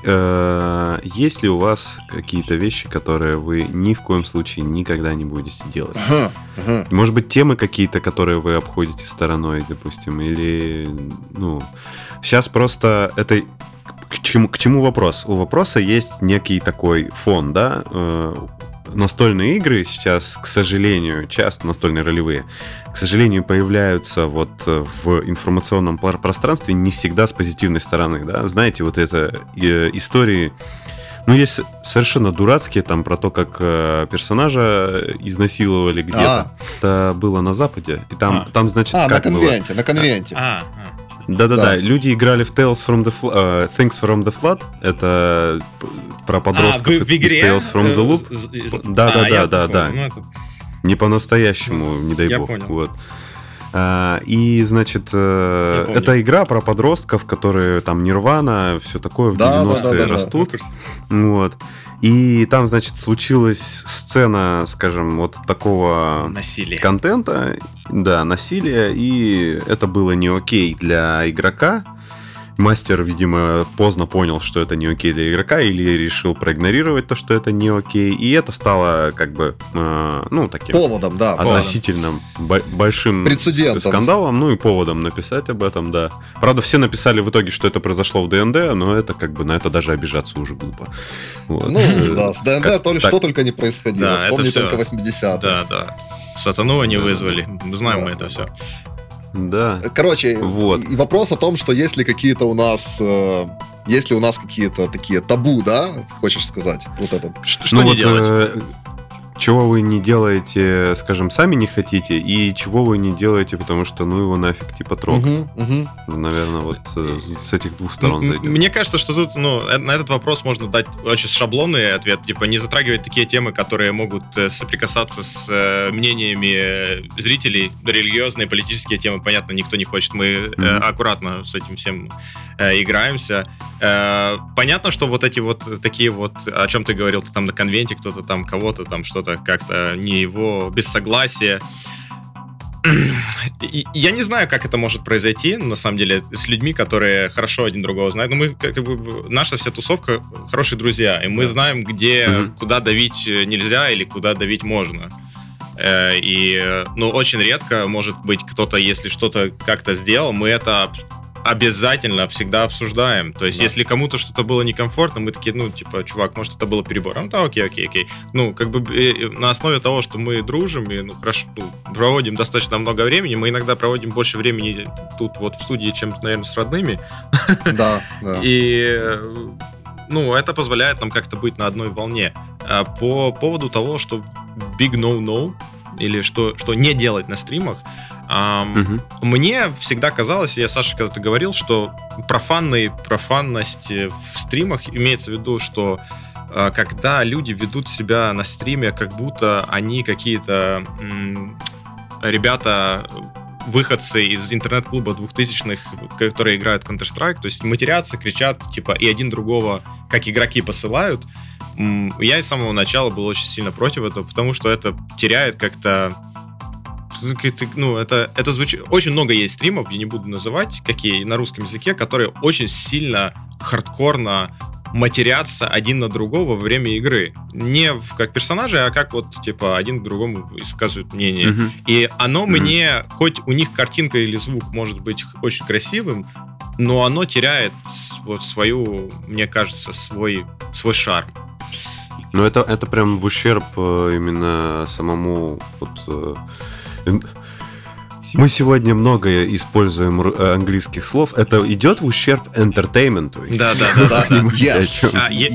Есть ли у вас какие-то вещи, которые вы ни в коем случае никогда не будете делать? Ага, ага. Может быть, темы какие-то, которые вы обходите стороной, допустим, или, ну, сейчас просто это к чему, к чему вопрос? У вопроса есть некий такой фон, да? Настольные игры сейчас, к сожалению, часто настольные ролевые, к сожалению, появляются вот в информационном пространстве не всегда с позитивной стороны, да, знаете, вот это э, истории, ну, есть совершенно дурацкие, там, про то, как э, персонажа изнасиловали где-то, а. это было на Западе, и там, а. там значит, а, как на конвенте, было? на конвенте. А, а. Да-да-да, Да. люди играли в Tales from the Fl- uh, Things from the Flood, это про подростков а, в, в игре? из Tales from the Loop. Да-да-да-да-да. Ну, это... Не по-настоящему, не дай я бог. Понял. Вот. А, и, значит, э, это игра про подростков, которые там Нирвана, все такое в да, девяностые да, да, да, растут. Да. Вот. И там, значит, случилась сцена, скажем, вот такого насилия. контента, да, насилия, и это было не окей для игрока. мастер, видимо, поздно понял, что это не окей для игрока, или решил проигнорировать то, что это не окей, и это стало как бы, э, ну, таким... Поводом, да. Относительным бо- большим прецедентом. Скандалом, ну и поводом написать об этом, да. Правда, все написали в итоге, что это произошло в ДНД, но это как бы на это даже обижаться уже глупо. Вот. Ну, да, с ДНД как, то, так... что только не происходило. Да, Вспомни это все... только восьмидесятые. Да, да. Сатану они вызвали. Знаем да, мы это да, все. Да. Короче, вот. и вопрос о том, что есть ли какие-то у нас... Э, есть ли у нас какие-то такие табу, да, хочешь сказать? Вот этот. Что, что ну не вот, делать? Э, чего вы не делаете, скажем, сами не хотите, и чего вы не делаете, потому что ну его нафиг типа трог. Угу, угу. Наверное, вот э, с этих двух сторон М- зайдем. Мне кажется, что тут, ну, на этот вопрос можно дать очень шаблонный ответ, типа не затрагивать такие темы, которые могут э, соприкасаться с э, мнениями зрителей, религиозные, политические темы, понятно, никто не хочет, мы э, mm-hmm. аккуратно с этим всем э, играемся. Э, понятно, что вот эти вот такие вот, о чем ты говорил, ты там на конвенте кто-то там, кого-то там что-то как-то не его, без согласия. Я не знаю, как это может произойти, на самом деле, с людьми, которые хорошо один другого знают. Но мы, как бы, наша вся тусовка хорошие друзья, и мы знаем, где, mm-hmm. куда давить нельзя или куда давить можно. И, ну, очень редко, может быть, кто-то, если что-то как-то сделал, мы это обязательно всегда обсуждаем. То есть, да. если кому-то что-то было некомфортно, мы такие, ну, типа, чувак, может, это было перебором. Ну, да, окей, окей, окей. Ну, как бы на основе того, что мы дружим и, ну, хорошо, ну, проводим достаточно много времени, мы иногда проводим больше времени тут вот в студии, чем, наверное, с родными. Да, да. И, ну, это позволяет нам как-то быть на одной волне. По поводу того, что big no-no, или что, что не делать на стримах, Um, uh-huh. мне всегда казалось, я Саша когда-то говорил, что профанный, профанность в стримах имеется в виду, что uh, когда люди ведут себя на стриме, как будто они какие-то м- ребята, выходцы из интернет-клуба двухтысячных, которые играют в Counter-Strike, то есть матерятся, кричат, типа, и один другого, как игроки, посылают. М- я с самого начала был очень сильно против этого, потому что это теряет как-то... Ну, это, это звучит... Очень много есть стримов, я не буду называть, какие на русском языке, которые очень сильно хардкорно матерятся один на другого во время игры. Не как персонажи, а как вот, типа, один к другому высказывают мнение. Mm-hmm. И оно mm-hmm. мне, хоть у них картинка или звук может быть очень красивым, но оно теряет вот свою, мне кажется, свой, свой шарм. Ну, это, это прям в ущерб именно самому... Вот, мы сегодня много используем английских слов. Это идет в ущерб entertainment. Да, да, да. Yes.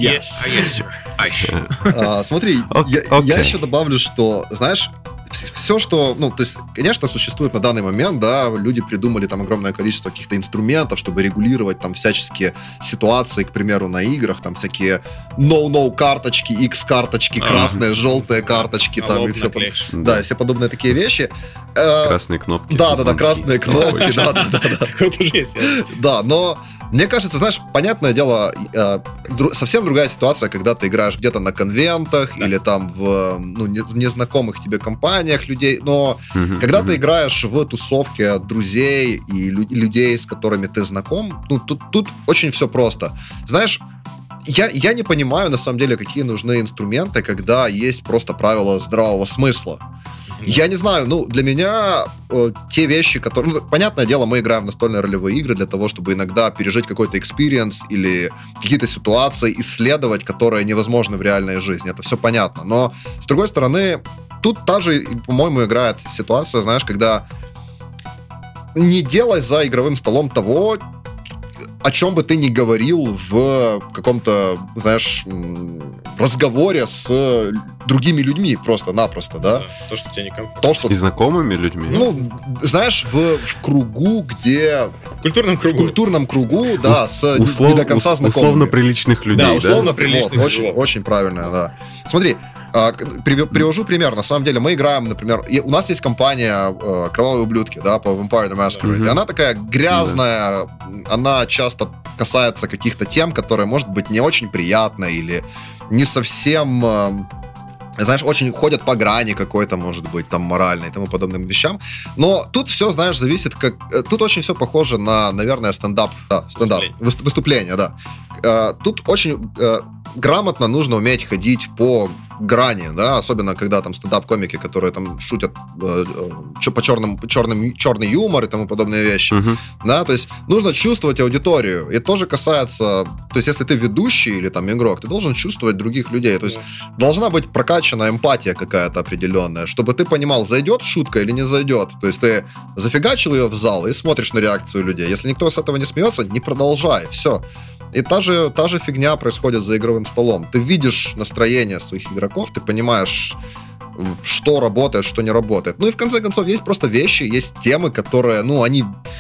Смотри, я еще добавлю, что, знаешь, все, что, ну, то есть, конечно, существует на данный момент, да, люди придумали там огромное количество каких-то инструментов, чтобы регулировать там всяческие ситуации, к примеру, на играх, там всякие no-no карточки, X-карточки, а-га. красные, желтые карточки, а там и все, под... да, и все подобные такие вещи. Красные кнопки. Да, да, да, красные кнопки, да, да, да. Да, но мне кажется, знаешь, понятное дело, э, дру- совсем другая ситуация, когда ты играешь где-то на конвентах да. или там в ну, не- незнакомых тебе компаниях людей, но mm-hmm. когда mm-hmm. ты играешь в тусовке друзей и лю- людей, с которыми ты знаком, ну, тут, тут очень все просто. Знаешь, я, я не понимаю, на самом деле, какие нужны инструменты, когда есть просто правила здравого смысла. Я не знаю, ну, для меня э, те вещи, которые... Ну, понятное дело, мы играем в настольные ролевые игры для того, чтобы иногда пережить какой-то экспириенс или какие-то ситуации исследовать, которые невозможны в реальной жизни. Это все понятно. Но, с другой стороны, тут та же, по-моему, играет ситуация, знаешь, когда не делай за игровым столом того, о чем бы ты ни говорил в каком-то, знаешь, разговоре с другими людьми просто-напросто, да? да то, что тебе некомфортно. То, что... С незнакомыми людьми? Ну, знаешь, в, в кругу, где... В культурном кругу. В культурном кругу, да, с Услов... не до конца знакомыми. Условно приличных людей, да? Да, условно да? приличных. Вот, очень, очень правильно, да. Смотри, привожу пример. На самом деле, мы играем, например... У нас есть компания «Кровавые ублюдки», да, по Vampire the Masquerade. Mm-hmm. И она такая грязная, да. Она часто касается каких-то тем, которые, может быть, не очень приятны или не совсем... знаешь, очень ходят по грани какой-то, может быть, там, моральной и тому подобным вещам. Но тут все, знаешь, зависит, как... Тут очень все похоже на, наверное, стендап. Да, стендап. Выступление, Выступление да. Тут очень грамотно нужно уметь ходить по грани, да, особенно когда там стендап-комики, которые там шутят э, по черным, черным, черный юмор и тому подобные вещи, uh-huh. да, то есть нужно чувствовать аудиторию, и тоже касается, то есть если ты ведущий или там игрок, ты должен чувствовать других людей, то есть yeah. должна быть прокачана эмпатия какая-то определенная, чтобы ты понимал, зайдет шутка или не зайдет, то есть ты зафигачил ее в зал и смотришь на реакцию людей, если никто с этого не смеется, не продолжай, все. И та же, та же фигня происходит за игровым столом. Ты видишь настроение своих игроков, ты понимаешь, что работает, что не работает. Ну и в конце концов, есть просто вещи, есть темы, которые, ну, они...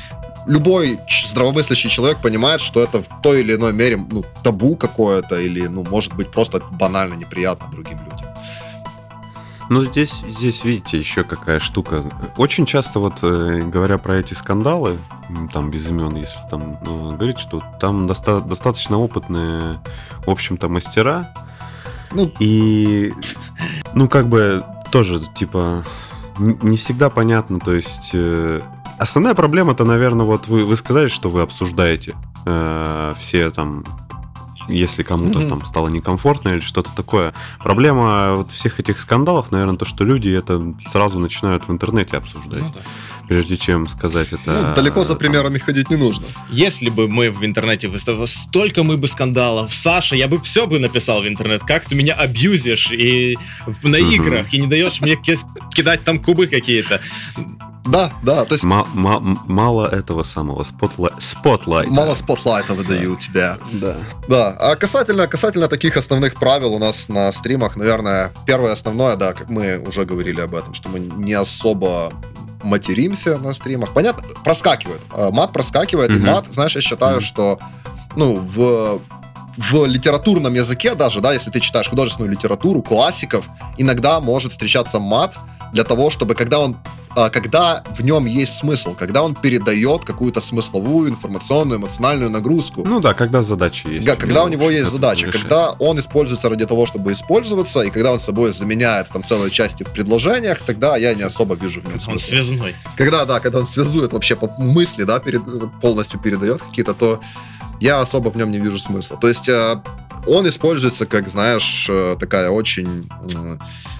Любой здравомыслящий человек понимает, что это в той или иной мере, ну, табу какое-то, или, ну, может быть, просто банально неприятно другим людям. Ну, здесь, здесь, видите, еще какая штука. Очень часто, вот, говоря про эти скандалы, там, без имен, если там ну, говорить, что там доста- достаточно опытные, в общем-то, мастера. Ну, и, ну, как бы, тоже, типа, не всегда понятно, то есть... Основная проблема-то, наверное, вот вы, вы сказали, что вы обсуждаете э, все там... Если кому-то mm-hmm. там стало некомфортно или что-то такое. Проблема вот всех этих скандалов, наверное, то, что люди это сразу начинают в интернете обсуждать, ну, да. прежде чем сказать это... Ну, далеко за примерами там... ходить не нужно. Если бы мы в интернете выставили столько мы бы скандалов, Саша, я бы все бы написал в интернет, как ты меня абьюзишь и на mm-hmm. играх, и не даешь мне кидать там кубы какие-то. Да, да, то есть... М- м- мало этого самого спотла... спотлайта. Мало спотлайта выдаю тебя. Да. Да, а касательно, касательно таких основных правил у нас на стримах, наверное, первое основное, да, как мы уже говорили об этом, что мы не особо материмся на стримах. Понятно, проскакивает. Мат проскакивает, mm-hmm. и мат, знаешь, я считаю, mm-hmm. что, ну, в... В литературном языке даже, да, если ты читаешь художественную литературу, классиков, иногда может встречаться мат для того, чтобы когда он, когда в нем есть смысл, когда он передает какую-то смысловую, информационную, эмоциональную нагрузку. Ну да, когда задача есть. Да, когда у него есть задача, решает. Когда он используется ради того, чтобы использоваться, и когда он собой заменяет там целые части в предложениях, тогда я не особо вижу в нем смысла. Он связной. Когда, да, когда он связует вообще по мысли, да, перед, полностью передает какие-то, то я особо в нем не вижу смысла. То есть э, он используется, как, знаешь, э, такая очень... Э,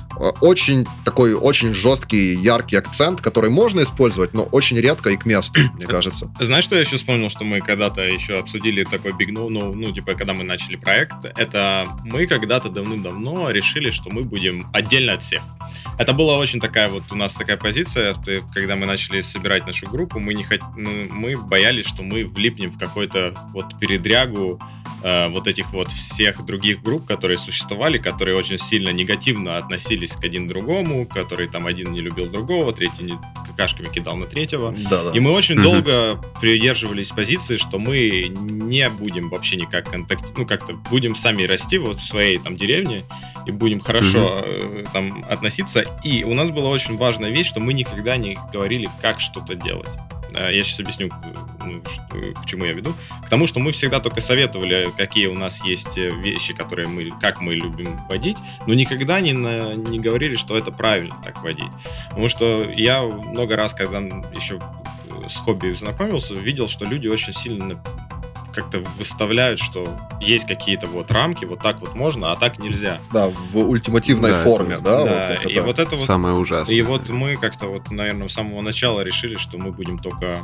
очень такой, очень жесткий, яркий акцент, который можно использовать, но очень редко и к месту, мне кажется. Знаешь, что я еще вспомнил, что мы когда-то еще обсудили такой big no, ну, ну, типа, когда мы начали проект, это мы когда-то давным-давно решили, что мы будем отдельно от всех. Это была очень такая вот у нас такая позиция, когда мы начали собирать нашу группу, мы, не хот... мы, мы боялись, что мы влипнем в какой-то вот передрягу э, вот этих вот всех других групп, которые существовали, которые очень сильно негативно относились к один другому, который там один не любил другого, третий не, какашками кидал на третьего. Да-да. И мы очень mm-hmm. долго придерживались позиции, что мы не будем вообще никак контактировать, ну как-то будем сами расти вот в своей там деревне и будем хорошо mm-hmm. там относиться. И у нас была очень важная вещь, что мы никогда не говорили, как что-то делать. Я сейчас объясню, ну, что, к чему я веду. К тому, что мы всегда только советовали, какие у нас есть вещи, которые мы, как мы любим водить, но никогда не, на, не говорили, что это правильно так водить. Потому что я много раз, когда еще с хобби знакомился, видел, что люди очень сильно как-то выставляют, что есть какие-то вот рамки, вот так вот можно, а так нельзя. Да, в ультимативной да, форме, да? Да, вот и вот это вот... Самое ужасное. И вот мы как-то вот, наверное, с самого начала решили, что мы будем только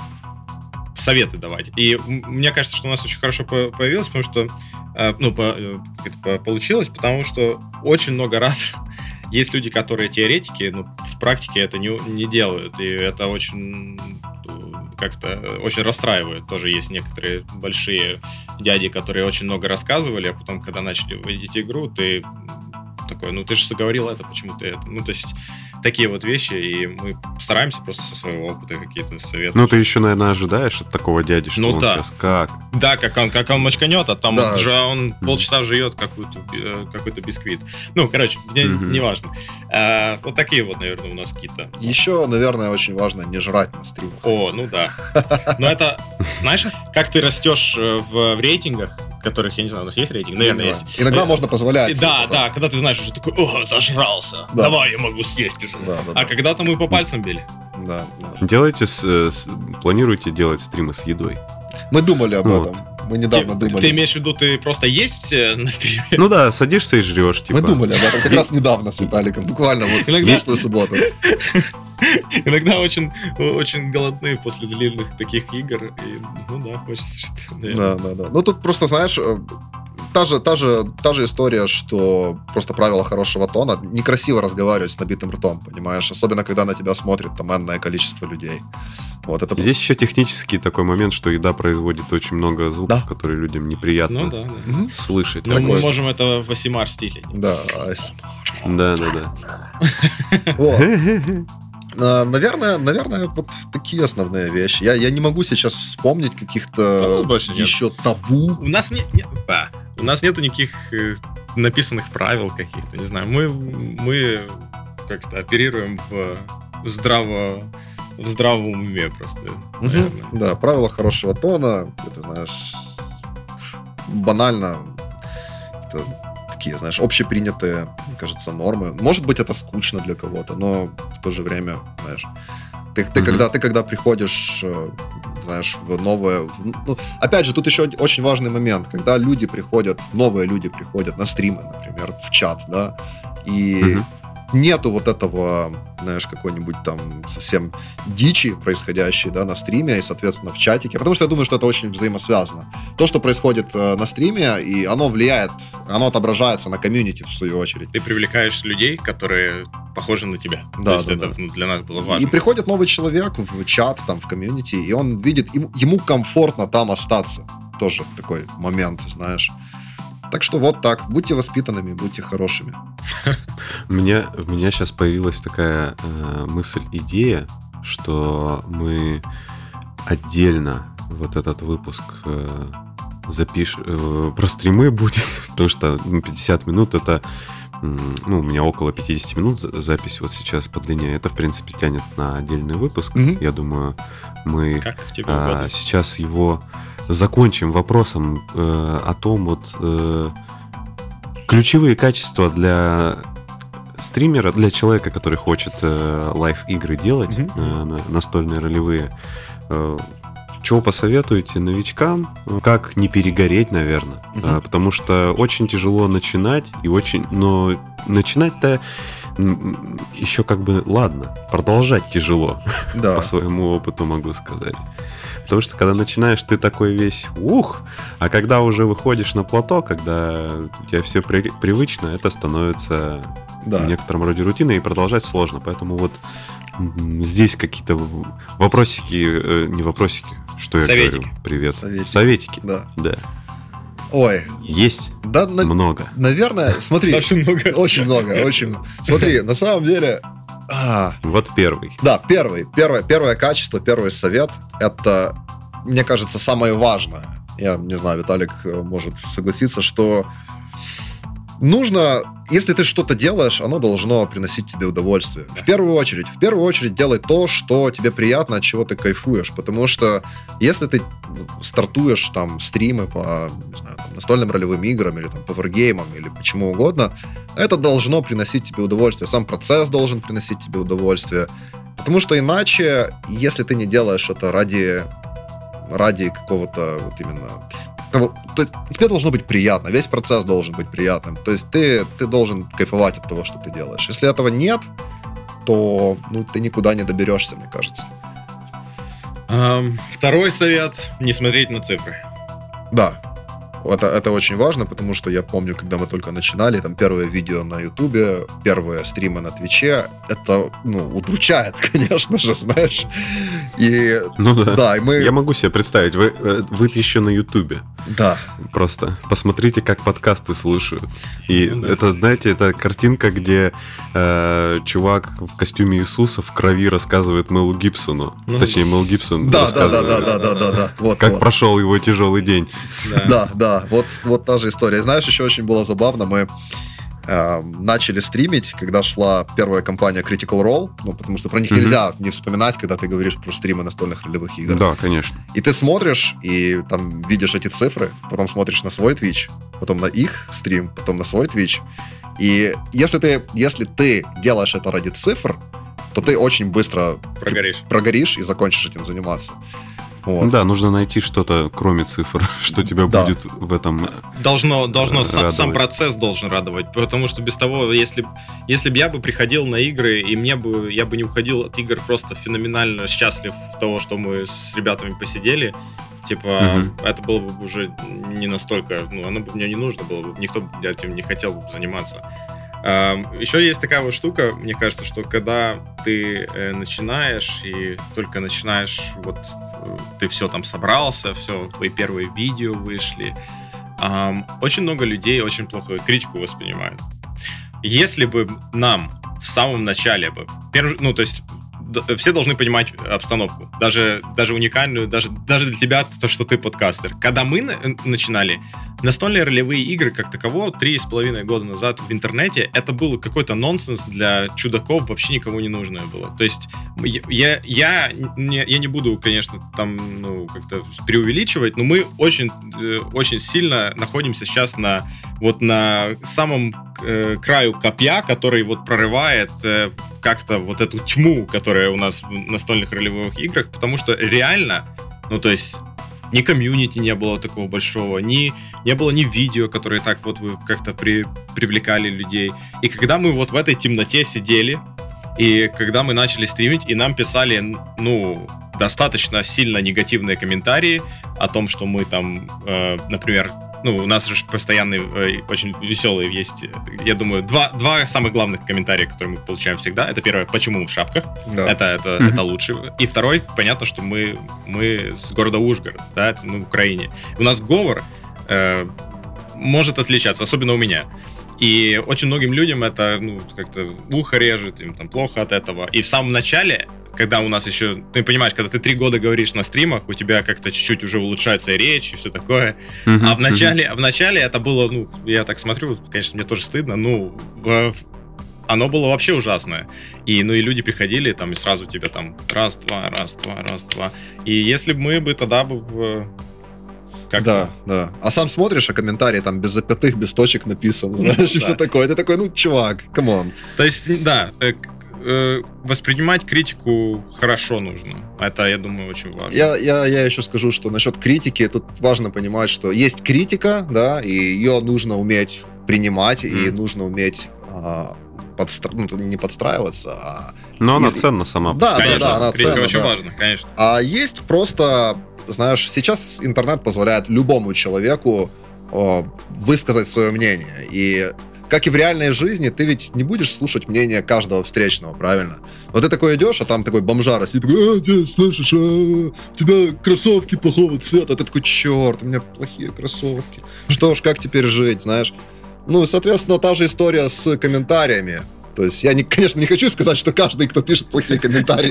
советы давать. И мне кажется, что у нас очень хорошо появилось, потому что, ну, по, это получилось, потому что очень много раз есть люди, которые теоретики, но в практике это не, не делают, и это очень... как-то очень расстраивает. Тоже есть некоторые большие дяди, которые очень много рассказывали, а потом, когда начали вводить игру, ты такой, ну ты же заговорил это, почему ты это? Ну, то есть такие вот вещи, и мы стараемся просто со своего опыта какие-то советы. Ну, ты еще, наверное, ожидаешь от такого дяди, что ну, он да. сейчас как? Да, как он, как он мочканет, а там да. вот же он полчаса жует какую-то, какой-то бисквит. Ну, короче, не, mm-hmm. не важно. А, вот такие вот, наверное, у нас какие-то. Еще, наверное, очень важно не жрать на стримах. О, ну да. Но это, знаешь, как ты растешь в, в рейтингах, которых, я не знаю, у нас есть рейтинг? Не, Наверное, не, есть. Иногда Э, можно позволять. Да, типа, да, когда ты знаешь, уже такой, о, зажрался, Да. давай я могу съесть уже. Да, да, А да. когда-то мы по пальцам били. Да, да. Делайте, с, э, с- планируете делать стримы с едой? Мы думали об Вот. этом. Мы недавно Ты, думали. ты имеешь в виду, ты просто есть э, на стриме? Ну да, садишься и жрешь, типа. Мы думали об этом как раз недавно с Виталиком. Буквально вот в Иногда- прошлую субботу. Иногда очень, очень голодные после длинных таких игр. И, ну да, хочется что-то. наверное. Да, да, да. Ну тут просто, знаешь, э, та же, та же, та же история, что просто правило хорошего тона. Некрасиво разговаривать с набитым ртом, понимаешь? Особенно, когда на тебя смотрит там энное количество людей. Вот это... Здесь еще технический такой момент, что еда производит очень много звуков, Да. которые людям неприятно Ну да, да. Мгм. слышать. Но мы Такое. можем это в Асимар стиле. Да, а с- Да, да, да. вот. А, Наверное, наверное, вот такие основные вещи. Я, я не могу сейчас вспомнить Да, каких-то больше нет. еще табу. У нас нет, нет- да. у нас нету никаких э, написанных правил каких-то, не знаю. Мы, мы как-то оперируем в здраво, в здравом уме просто. Мгм. наверное. Да, правила хорошего тона, это, знаешь, банально, это такие, знаешь, общепринятые, мне кажется, нормы. Может быть, это скучно для кого-то, но в то же время, знаешь, ты, ты, Мгм. когда, ты когда приходишь, э, знаешь, в новое... в- ну, опять же, тут еще очень важный момент, когда люди приходят, новые люди приходят на стримы, например, в чат, да, и Мгм. нету вот этого, знаешь, какой-нибудь там совсем дичи происходящей, да, на стриме и, соответственно, в чатике, потому что я думаю, что это очень взаимосвязано. То, что происходит э, на стриме, и оно влияет, оно отображается на комьюнити, в свою очередь. Ты привлекаешь людей, которые похожи на тебя. Да, То есть да, это да. ну, для нас было И важно. приходит новый человек в чат, там, в комьюнити, и он видит, ему, ему комфортно там остаться. Тоже такой момент, знаешь. Так что вот так. Будьте воспитанными, будьте хорошими. У меня, у меня сейчас появилась такая э, мысль, идея, что мы отдельно вот этот выпуск э, запишем, э, про стримы будет, потому что ну, пятьдесят минут это, м, ну, у меня около пятьдесят минут за- запись вот сейчас по длине, это, в принципе, тянет на отдельный выпуск. Мгм. Я думаю, мы Как тебе а, угодно. сейчас его закончим вопросом э, о том, вот э, ключевые качества для стримера, для человека, который хочет э, лайв-игры делать, Мгм. э, на- настольные ролевые. Э, чего посоветуете новичкам? Как не перегореть, наверное? Мгм. А, потому что очень тяжело начинать, и очень, но начинать-то м, еще как бы ладно, продолжать тяжело. Да. По своему опыту могу сказать. Потому что когда начинаешь, ты такой весь ух, а когда уже выходишь на плато, когда у тебя все при- привычно, это становится Да. в некотором роде рутиной, и продолжать сложно. Поэтому вот м, здесь какие-то в- вопросики, э, не вопросики, что я Советики. говорю? Привет. Советики. Советики. Да. Да. Ой. Есть Да, на- много. наверное, смотри. Очень много. Очень много, очень много. Смотри, на самом деле... а, Вот первый. Да, первый, первое, первое качество, первый совет, это, мне кажется, самое важное. Я не знаю, Виталик э, может согласиться, что нужно, если ты что-то делаешь, оно должно приносить тебе удовольствие. В первую очередь, в первую очередь делай то, что тебе приятно, от чего ты кайфуешь, потому что если ты стартуешь там стримы по, не знаю, там, настольным ролевым играм или там по варгеймам или почему угодно, это должно приносить тебе удовольствие. Сам процесс должен приносить тебе удовольствие. Потому что иначе, если ты не делаешь это ради, ради какого-то вот именно... того- то тебе должно быть приятно, весь процесс должен быть приятным. То есть ты, ты должен кайфовать от того, что ты делаешь. Если этого нет, то ну, ты никуда не доберешься, мне кажется. Ам, Второй совет — не смотреть на цифры. Да, это, это очень важно, потому что я помню, когда мы только начинали, там первое видео на Ютубе, первые стримы на Твиче, это, ну, удручает, конечно же, знаешь. И Ну да. да, и мы... Я могу себе представить, вы, э, вы еще на Ютубе. Да, Просто посмотрите, как подкасты слушают. И Ну да. это, знаете, это картинка, где э, чувак в костюме Иисуса в крови рассказывает Мэлу Гибсону. Ну, Точнее, Мэл Гибсон да, да, да, рассказывает, да, да, да, да, да. Вот, как вот. прошел его тяжелый день. Да, да, вот, вот та же история. Знаешь, еще очень было забавно, мы э, начали стримить, когда шла первая кампания Critical Role, ну, потому что про них mm-hmm. нельзя не вспоминать, когда ты говоришь про стримы настольных ролевых игр. Да, конечно. И ты смотришь, и там видишь эти цифры, потом смотришь на свой Twitch, потом на их стрим, потом на свой Twitch. И если ты, если ты делаешь это ради цифр, то ты очень быстро прогоришь, прогоришь и закончишь этим заниматься. Вот. Да, нужно найти что-то, кроме цифр, что тебя да. будет в этом Должно, должно сам, сам процесс должен радовать, потому что без того, если, если бы я бы приходил на игры, и мне бы, я бы не уходил от игр просто феноменально счастлив того, что мы с ребятами посидели, типа, угу. это было бы уже не настолько, ну, оно бы мне не нужно было бы, никто бы этим не хотел бы заниматься. Еще есть такая вот штука, мне кажется, что когда ты э, начинаешь и только начинаешь, вот ты все там собрался, все, твои первые видео вышли, эм, очень много людей очень плохую критику воспринимают. Если бы нам в самом начале бы, перв... ну то есть все должны понимать обстановку, даже, даже уникальную, даже, даже для тебя, то, что ты подкастер. Когда мы на- начинали, настольные ролевые игры, как таково, три с половиной года назад в интернете, это был какой-то нонсенс для чудаков, вообще никому не нужное было. То есть я, я, не, я не буду, конечно, там, ну, как-то преувеличивать, но мы очень, очень сильно находимся сейчас на, вот на самом э, краю копья, который вот прорывает э, как-то вот эту тьму, которая у нас в настольных ролевых играх, потому что реально, ну, то есть ни комьюнити не было такого большого, ни, не было ни видео, которые так вот вы как-то при, привлекали людей. И когда мы вот в этой темноте сидели, и когда мы начали стримить, и нам писали, ну, достаточно сильно негативные комментарии о том, что мы там, э, например, ну, у нас же постоянные, э, очень веселые есть, я думаю, два, два самых главных комментария, которые мы получаем всегда. Это первое, почему мы в шапках. Да. Это, это, mm-hmm. это лучше. И второй, понятно, что мы, мы с города Ужгород, да, это мы в Украине. У нас говор э, может отличаться, особенно у меня. И очень многим людям это, ну, как-то ухо режет, им там плохо от этого. И в самом начале, когда у нас еще, ты понимаешь, когда ты три года говоришь на стримах, у тебя как-то чуть-чуть уже улучшается речь и все такое. Uh-huh, а в начале, uh-huh. в начале это было, ну, я так смотрю, конечно, мне тоже стыдно, ну, в, оно было вообще ужасное. И, ну, и люди приходили там и сразу тебя там раз-два, раз-два, раз-два. И если бы мы бы тогда бы... Как да, это? Да. А сам смотришь, а комментарии там без запятых, без точек написано, знаешь, и все такое. Ты такой, ну, чувак, камон. То есть, да, воспринимать критику хорошо нужно. Это, я думаю, очень важно. Я, я, я еще скажу, что насчет критики, тут важно понимать, что есть критика, да, и ее нужно уметь принимать, mm. и нужно уметь а, подстра... ну, не подстраиваться, а... Но она если... ценна сама. Да, конечно, да, да, она критика ценна, очень да. важна, конечно. А есть просто, знаешь, сейчас интернет позволяет любому человеку о, высказать свое мнение, и как и в реальной жизни, ты ведь не будешь слушать мнение каждого встречного, правильно? Вот ты такой идешь, а там такой бомжара сидит, такой, а, ты слышишь, а, у тебя кроссовки плохого цвета. Ты такой, черт, у меня плохие кроссовки. Что ж, как теперь жить, знаешь? Ну, соответственно, та же история с комментариями. То есть я, не, конечно, не хочу сказать, что каждый, кто пишет плохие комментарии,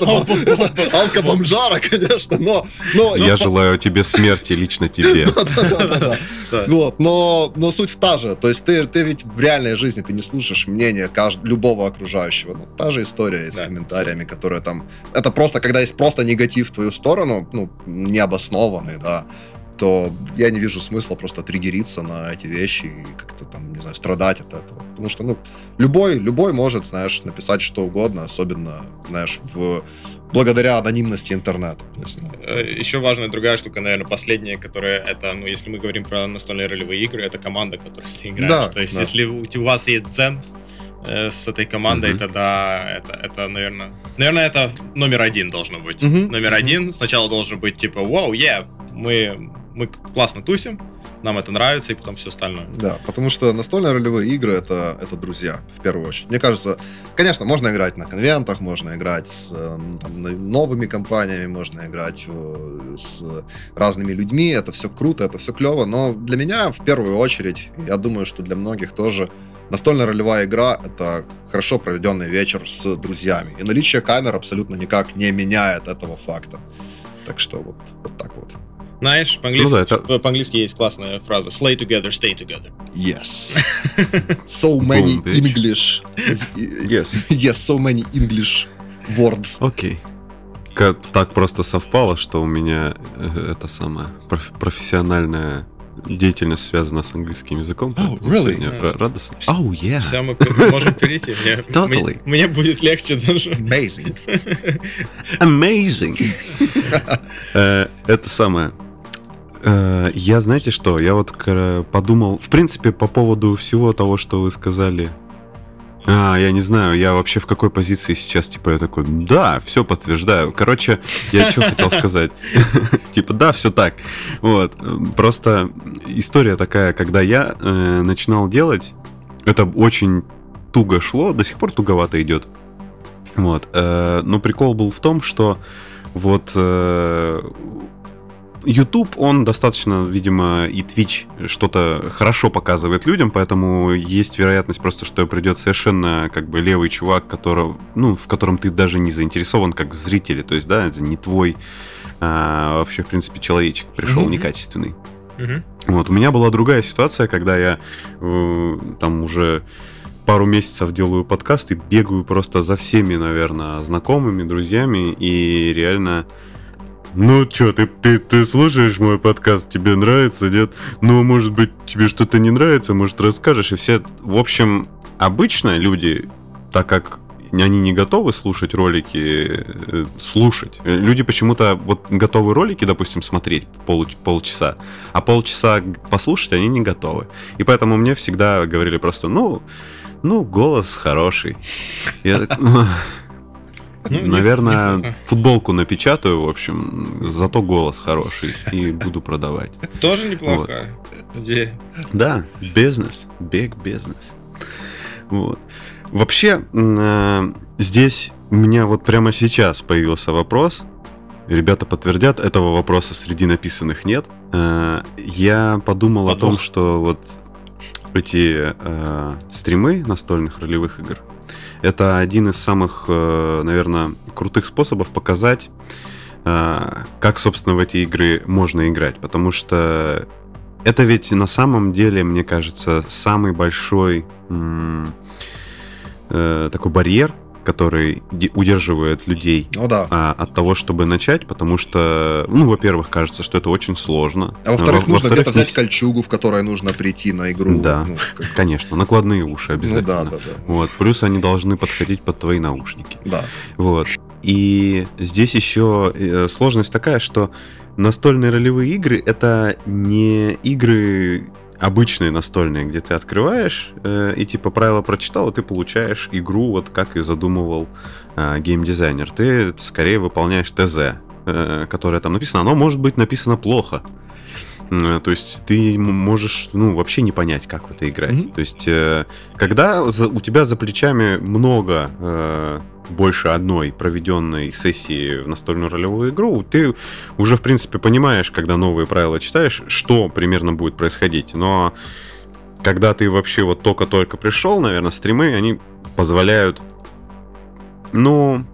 это алко-бомжара, конечно, но... Я желаю тебе смерти, лично тебе. Да-да-да. Вот, но суть та же. То есть ты ведь в реальной жизни ты не слушаешь мнение любого окружающего. Та же история с комментариями, которые там... Это просто, когда есть просто негатив в твою сторону, ну, необоснованный, да, то я не вижу смысла просто триггериться на эти вещи и как-то там, не знаю, страдать от этого. Потому что, ну, любой, любой может, знаешь, написать что угодно, особенно, знаешь, в... благодаря анонимности интернета. То есть, ну, еще важная другая штука, наверное, последняя, которая это, ну, если мы говорим про настольные ролевые игры, это команда, которой ты играешь. Да, то есть, да. Если у вас есть дзен э, с этой командой, mm-hmm. тогда это, это, наверное, наверное, это номер один должно быть. Mm-hmm. Номер mm-hmm. один сначала должен быть типа, вау, yeah, мы... мы классно тусим, нам это нравится, и потом все остальное. Да, потому что настольные ролевые игры это, это друзья, в первую очередь. Мне кажется, конечно, можно играть на конвентах, можно играть с там, новыми компаниями, можно играть с разными людьми, это все круто, это все клево, но для меня, в первую очередь, я думаю, что для многих тоже настольная ролевая игра — это хорошо проведенный вечер с друзьями. И наличие камер абсолютно никак не меняет этого факта. Так что вот, вот так вот. Знаешь, по-английски, Ну да, это- по-английски есть классная фраза «slay together, stay together». Yes. So many Boom, bitch. English. Yes. Yes, so many English words. Окей. Ка- Так просто совпало, что у меня э, это самая проф- профессиональная деятельность связана с английским языком. Oh, поэтому really? сегодня ра- радостно. Oh, yeah. Все, мы пер- можем перейти. Мне, Totally. мне- мне будет легче даже. Amazing. Amazing. Э, Это самое. Э, Я, знаете что, я вот к- подумал, в принципе, по поводу всего того, что вы сказали. А, я не знаю, я вообще в какой позиции сейчас, типа, я такой, да, все подтверждаю. Короче, я что хотел сказать. Типа, да, все так. Вот. Просто история такая, когда я э, начинал делать, это очень туго шло, до сих пор туговато идет. Вот. э, Но прикол был в том, что вот э, YouTube, он достаточно, видимо, и Twitch что-то хорошо показывает людям, поэтому есть вероятность просто, что придет совершенно как бы левый чувак, которого, ну, в котором ты даже не заинтересован как в зрителе, то есть, да, это не твой а, вообще, в принципе, человечек пришел Мгм. некачественный. Мгм. Вот, у меня была другая ситуация, когда я э, там уже пару месяцев делаю подкаст и бегаю просто за всеми, наверное, знакомыми, друзьями, и реально... Ну чё, ты, ты, ты слушаешь мой подкаст, тебе нравится, нет? Ну, может быть, тебе что-то не нравится, может, расскажешь, и все... В общем, обычно люди, так как они не готовы слушать ролики, э, слушать. Люди почему-то вот готовы ролики, допустим, смотреть пол, полчаса, а полчаса послушать они не готовы. И поэтому мне всегда говорили просто, ну, ну, голос хороший. Я так, «Ну, Ну, наверное, неплохо. футболку напечатаю, в общем, зато голос хороший и буду продавать. Тоже неплохая идея. Да, бизнес, big business. Вот. Вообще, э, здесь у меня вот прямо сейчас появился вопрос. Ребята подтвердят, этого вопроса среди написанных нет. Э, я подумал о том, Подвох. что вот эти э, стримы настольных ролевых игр это один из самых, э, наверное, крутых способов показать, э, как, собственно, в эти игры можно играть. Потому что это ведь на самом деле, мне кажется, самый большой м, э, такой барьер, который де- удерживает людей Ну да. а, от того, чтобы начать, потому что, ну, во-первых, кажется, что это очень сложно. А во-вторых, Во- нужно во-вторых, где-то взять не вс- кольчугу, в которой нужно прийти на игру. Да. Ну, как- Конечно, накладные уши ну обязательно. да, да, да. Вот. Плюс они должны подходить под твои наушники. Да. Вот. И здесь еще э, сложность такая, что настольные ролевые игры — это не игры обычные настольные, где ты открываешь э, и типа правила прочитал, и ты получаешь игру, вот как и задумывал э, геймдизайнер. Ты скорее выполняешь ТЗ, э, которое там написано. Оно может быть написано плохо. Э, То есть ты м- можешь, ну, вообще не понять, как в это играть. Мгм. То есть, э, когда за- у тебя за плечами много, э, больше одной проведенной сессии в настольную ролевую игру, ты уже, в принципе, понимаешь, когда новые правила читаешь, что примерно будет происходить. Но когда ты вообще вот только-только пришел, наверное, стримы, они позволяют, ну,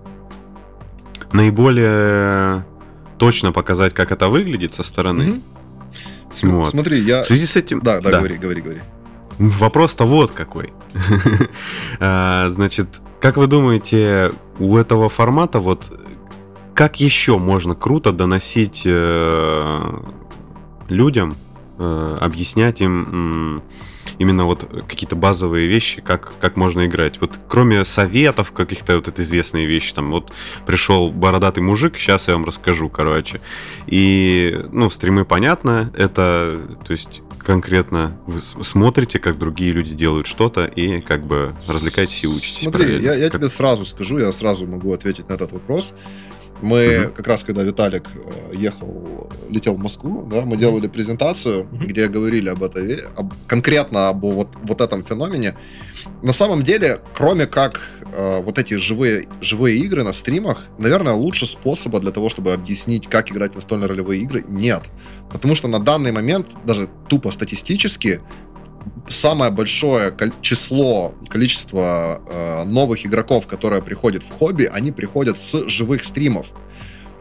наиболее точно показать, как это выглядит со стороны. Мгм. См- Вот. Смотри, я... В связи с этим... Да, да, говори, говори, говори. Вопрос-то вот какой. А, Значит, как вы думаете, у этого формата вот как еще можно круто доносить э, людям, э, объяснять им м, именно вот какие-то базовые вещи, как, как можно играть? Вот кроме советов, каких-то вот это известные вещи, там вот пришел бородатый мужик, сейчас я вам расскажу, короче. И, ну, стримы, понятно, это, то есть конкретно вы с- смотрите, как другие люди делают что-то, и как бы развлекаетесь и учитесь. Смотри, параллельно. я, я Как- тебе сразу скажу, я сразу могу ответить на этот вопрос. Мы Мгм. как раз, когда Виталик э, ехал, летел в Москву, да, мы делали презентацию, Мгм. где говорили об этой, ве- об- конкретно об вот, вот этом феномене. На самом деле, кроме как э, вот эти живые, живые игры на стримах, наверное, лучше способа для того, чтобы объяснить, как играть в настольные ролевые игры, нет. Потому что на данный момент, даже тупо статистически, самое большое кол- число, количество э, новых игроков, которые приходят в хобби, они приходят с живых стримов.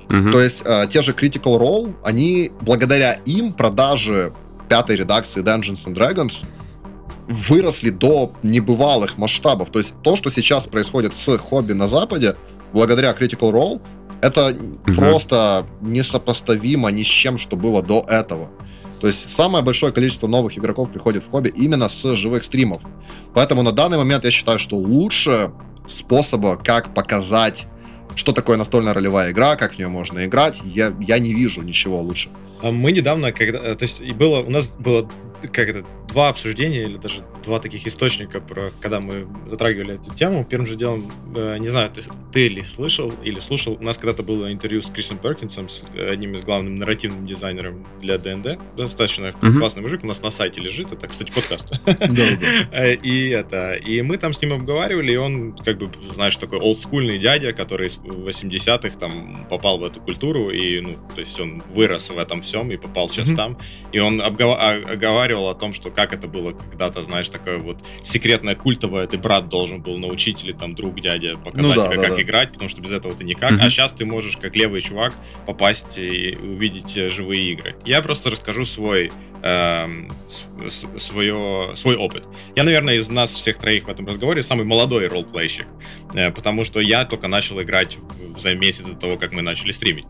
Uh-huh. То есть э, те же Critical Role, они, благодаря им, продажи пятой редакции Dungeons and Dragons выросли до небывалых масштабов. То есть то, что сейчас происходит с хобби на Западе, благодаря Critical Role, это uh-huh. просто несопоставимо ни с чем, что было до этого. То есть самое большое количество новых игроков приходит в хобби именно с живых стримов. Поэтому на данный момент я считаю, что лучше способа, как показать, что такое настольная ролевая игра, как в нее можно играть, я, я не вижу ничего лучше. Мы недавно, когда, то есть было, у нас было как это, два обсуждения или даже два таких источника, про, когда мы затрагивали эту тему. Первым же делом, э, не знаю, ты, ты ли слышал или слушал, у нас когда-то было интервью с Крисом Перкинсом, с одним из главным нарративным дизайнером для ди энд ди. Достаточно uh-huh. классный мужик, у нас на сайте лежит, это, кстати, подкаст. И это, и мы там с ним обговаривали, и он, как бы, знаешь, такой олдскульный дядя, который в восьмидесятых там попал в эту культуру, и, ну, то есть он вырос в этом всем и попал сейчас там, и он оговаривал о том, что как это было когда-то, знаешь, такое вот секретное культовое, ты брат должен был научить или там друг, дядя показать ну, да, тебе, да, как да. играть, потому что без этого ты никак. Mm-hmm. А сейчас ты можешь, как левый чувак, попасть и увидеть живые игры. Я просто расскажу свой, э, свое, свой опыт. Я, наверное, из нас всех троих в этом разговоре самый молодой ролплейщик, э, потому что я только начал играть в, за месяц до того, как мы начали стримить.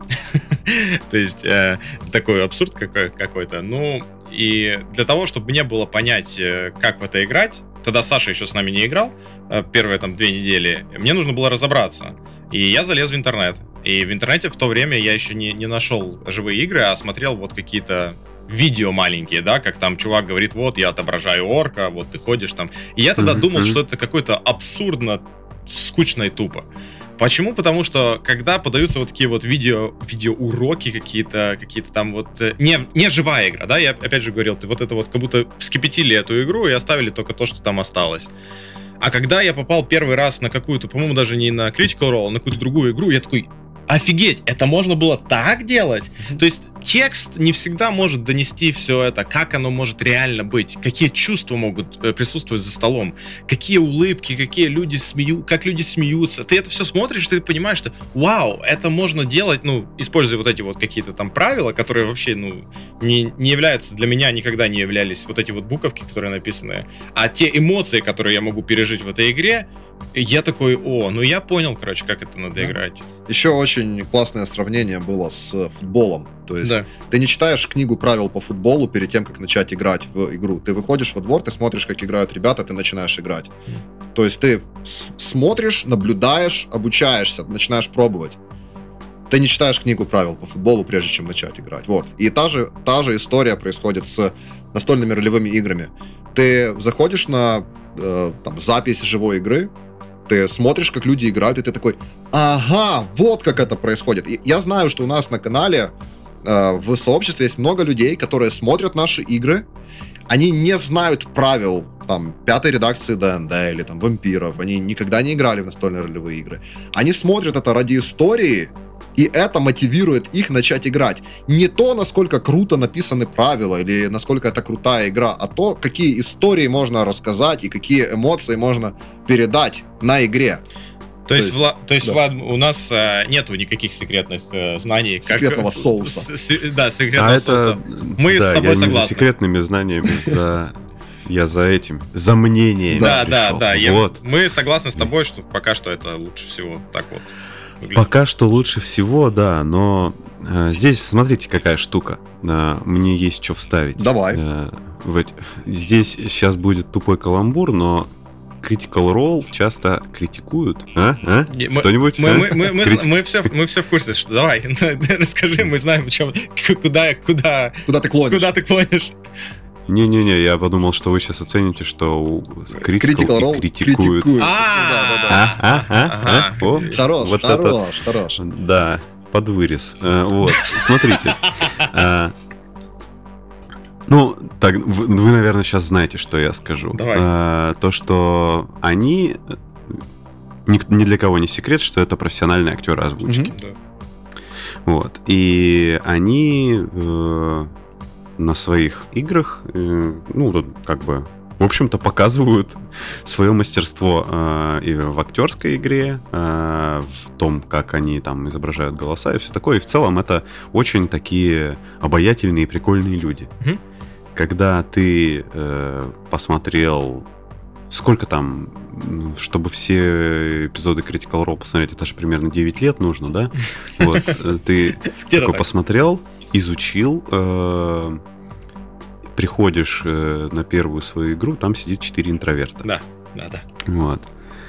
То есть э, такой абсурд какой- какой-то. Ну, и для того, чтобы мне было понять, как в это играть, тогда Саша еще с нами не играл, первые там две недели, мне нужно было разобраться. И я залез в интернет. И в интернете в то время я еще не, не нашел живые игры, а смотрел вот какие-то видео маленькие, да, как там чувак говорит, вот, я отображаю орка, вот ты ходишь там. И я тогда mm-hmm. думал, что это какое-то абсурдно скучно и тупо. Почему? Потому что, когда подаются вот такие вот видео, видеоуроки какие-то, какие-то там вот... Не, не живая игра, да? Я опять же говорил, ты вот это вот как будто вскипятили эту игру и оставили только то, что там осталось. А когда я попал первый раз на какую-то, по-моему, даже не на Critical Role, а на какую-то другую игру, я такой... Офигеть, это можно было так делать? Mm-hmm. То есть текст не всегда может донести все это, как оно может реально быть, какие чувства могут э, присутствовать за столом, какие улыбки, какие люди смеют, как люди смеются. Ты это все смотришь, ты понимаешь, что вау, это можно делать, ну, используя вот эти вот какие-то там правила, которые вообще, ну, не, не являются, для меня никогда не являлись вот эти вот буковки, которые написаны, а те эмоции, которые я могу пережить в этой игре, я такой, о, ну я понял, короче, как это надо да. играть. Еще очень классное сравнение было с футболом. То есть да. ты не читаешь книгу правил по футболу перед тем, как начать играть в игру. Ты выходишь во двор, ты смотришь, как играют ребята, ты начинаешь играть. Mm. То есть ты с- смотришь, наблюдаешь, обучаешься, начинаешь пробовать. Ты не читаешь книгу правил по футболу, прежде чем начать играть. Вот. И та же, та же история происходит с настольными ролевыми играми. Ты заходишь на э, там, запись живой игры, ты смотришь, как люди играют, и ты такой, ага, вот как это происходит. И я знаю, что у нас на канале э, в сообществе есть много людей, которые смотрят наши игры, они не знают правил там, пятой редакции ди энд ди или там, вампиров, они никогда не играли в настольные ролевые игры. Они смотрят это ради истории, и это мотивирует их начать играть. Не то, насколько круто написаны правила, или насколько это крутая игра, а то, какие истории можно рассказать и какие эмоции можно передать на игре. То, то есть, есть, Вла, то есть да. Влад, у нас э, нету никаких секретных э, знаний. Секретного как, соуса. С, с, да, секретного а соуса. Это, Мы да, с тобой я согласны. Не за секретными знаниями, за... Я за этим, за мнением Да, пришел. да, да. Я, вот. Мы согласны с тобой, что пока что это лучше всего так вот выглядит. Пока что лучше всего, да, но э, здесь, смотрите, какая штука. Э, мне есть что вставить. Давай. Э, в эти... Здесь сейчас будет тупой каламбур, но Critical Role часто критикуют. А? А? Мы, Кто-нибудь? Мы, а? мы, мы, мы, Крит... мы, все, мы все в курсе, что давай, расскажи, мы знаем, чем, куда, куда, куда ты клонишь. Куда ты клонишь. Не-не-не, я подумал, что вы сейчас оцените, что Critical Role критикуют. А-а-а. Хорош, хорош, хорош. Да, под вырез. Вот, смотрите. Ну, так, вы, вы, наверное, сейчас знаете, что я скажу. Давай. То, что они... Ни, ни для кого не секрет, что это профессиональные актеры озвучки. Mm-hmm. Вот. И они... на своих играх, э, ну, как бы в общем-то, показывают свое мастерство э, и в актерской игре, э, в том, как они там изображают голоса и все такое. И в целом это очень такие обаятельные и прикольные люди. Мгм. Когда ты э, посмотрел... Сколько там, м, чтобы все эпизоды Critical Role посмотреть, это же примерно девять лет нужно, да? Вот, э, ты Где-то такой так. посмотрел, изучил, э, приходишь э, на первую свою игру, там сидит четыре интроверта. Да, да, да. Вот.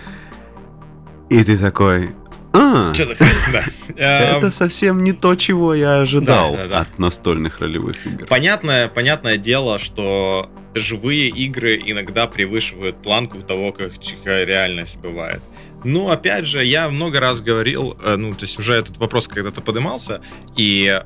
И ты такой... А, Что такое? Да. Э, это совсем не то, чего я ожидал Да, да, да. от настольных ролевых игр. Понятное, понятное дело, что живые игры иногда превышивают планку того, как какая реальность бывает. Но, опять же, я много раз говорил, э, ну, то есть уже этот вопрос когда-то поднимался, и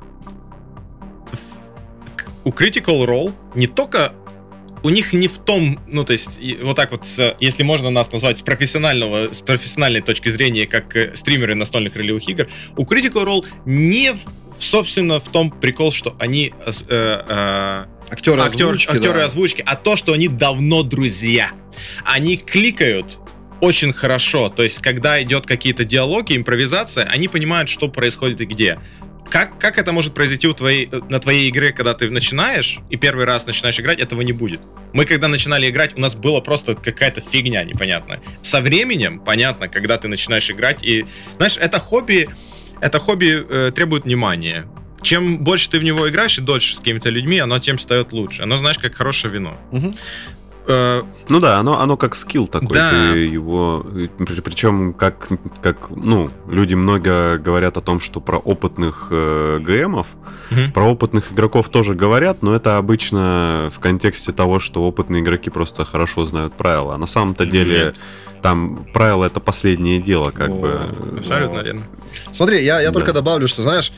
к- у Critical Role не только... У них не в том, ну, то есть, и вот так вот, с- если можно нас назвать с профессионального, с профессиональной точки зрения, как э, стримеры настольных ролевых игр, у Critical Role не, в- собственно, в том прикол, что они э, с- э, э, Актеры актер- озвучки, актеры да. озвучки, а то, что они давно друзья. Они кликают очень хорошо. То есть, когда идет какие-то диалоги, импровизация, они понимают, что происходит и где. Как, как это может произойти у твоей, на твоей игре, когда ты начинаешь, и первый раз начинаешь играть, этого не будет. Мы, когда начинали играть, у нас была просто какая-то фигня непонятная. Со временем, понятно, когда ты начинаешь играть, и, знаешь, это хобби, это хобби э, требует внимания. Чем больше ты в него играешь и дольше с какими-то людьми, оно тем встает лучше. Оно, знаешь, как хорошее вино. Мгм. Э, Ну да, оно, оно как скилл такой. Да. Ты его. при- Причем, как, как. Ну, люди много говорят о том, что про опытных э, ГМов, мгм. про опытных игроков тоже говорят, но это обычно в контексте того, что опытные игроки просто хорошо знают правила. А на самом-то деле. Нет. Там правила это последнее дело, как Вот. бы. Абсолютно Вот. верно. Смотри, я, я Да. только добавлю, что, знаешь,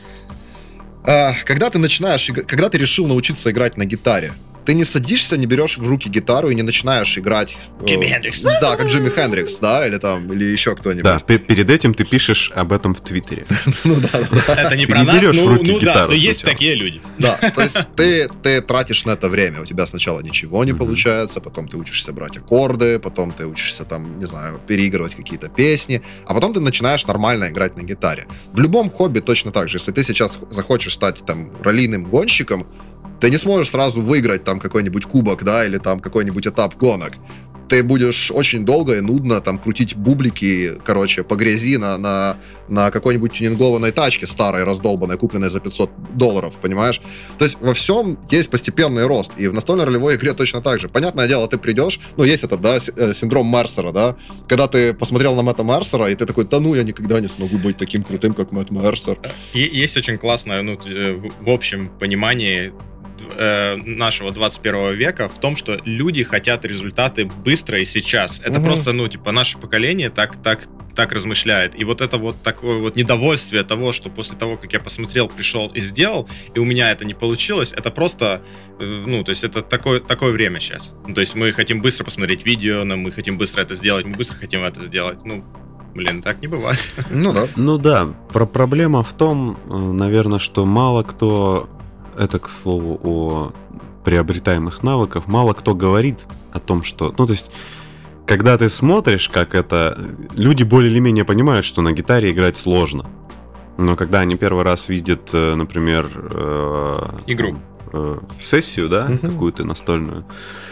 а, когда ты начинаешь, иг- когда ты решил научиться играть на гитаре, ты не садишься, не берешь в руки гитару и не начинаешь играть... э, Джимми Хендрикс. Да, как Джимми Хендрикс, да, или там, или еще кто-нибудь. Да, пе- перед этим ты пишешь об этом в Твиттере. Ну да, да. Это не Ты про не нас, берешь в ну, руки ну да, гитару но есть сначала. такие люди. Да, то есть ты, ты тратишь на это время. У тебя сначала ничего не Мгм. получается, потом ты учишься брать аккорды, потом ты учишься там, не знаю, переигрывать какие-то песни, а потом ты начинаешь нормально играть на гитаре. В любом хобби точно так же. Если ты сейчас х- захочешь стать там раллийным гонщиком, ты не сможешь сразу выиграть там какой-нибудь кубок, да, или там какой-нибудь этап гонок. Ты будешь очень долго и нудно там крутить бублики, короче, по грязи на, на, на какой-нибудь тюнингованной тачке старой, раздолбанной, купленной за пятьсот долларов, понимаешь? То есть во всем есть постепенный рост, и в настольной ролевой игре точно так же. Понятное дело, ты придешь, ну, есть этот, да, с- э, синдром Мерсера, да, когда ты посмотрел на Мэтта Мерсера, и ты такой, да ну, я никогда не смогу быть таким крутым, как Мэтт Мерсер. И есть очень классное, ну, э, в в общем понимании э, нашего двадцать первого века в том, что люди хотят результаты быстро и сейчас. Это Мгм. просто, ну, типа, наше поколение так, так, так размышляет. И вот это вот такое вот недовольствие того, что после того, как я посмотрел, пришел и сделал, и у меня это не получилось, это просто, э, ну, то есть это такое, такое время сейчас. Ну, то есть мы хотим быстро посмотреть видео, но мы хотим быстро это сделать, мы быстро хотим это сделать. Ну, блин, так не бывает. Ну да. Ну да, про проблема в том, наверное, что мало кто, это, к слову, о приобретаемых навыках, мало кто говорит о том, что... Ну, то есть, когда ты смотришь, как это... Люди более или менее понимают, что на гитаре играть сложно. Но когда они первый раз видят, э, например... э, Игру. э, сессию, да, Мгм. какую-то настольную,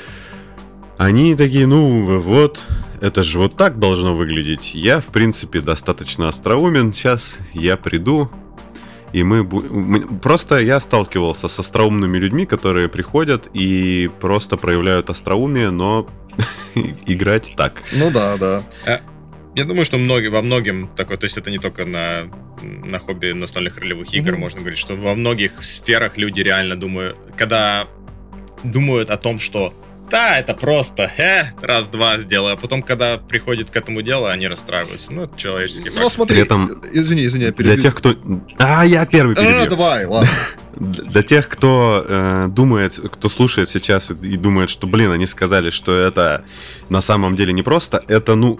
они такие, ну вот, это же вот так должно выглядеть. Я, в принципе, достаточно остроумен. Сейчас я приду, и мы... бу- м- Просто я сталкивался с остроумными людьми, которые приходят и просто проявляют остроумие, но играть так. Ну да, да. Я думаю, что многие, во многим такое, то есть это не только на, на хобби настольных ролевых игр, Мгм. можно говорить, что во многих сферах люди реально думают, когда думают о том, что да, это просто, э, раз-два сделаю, а потом, когда приходит к этому делу, они расстраиваются. Ну, это человеческий Ну фактор. смотри, При этом извини, извини, я Для перебью. тех, кто... А, я первый А, перебью. давай, ладно. Для тех, кто э, думает, кто слушает сейчас и, и думает, что, блин, они сказали, что это на самом деле не просто, это, ну,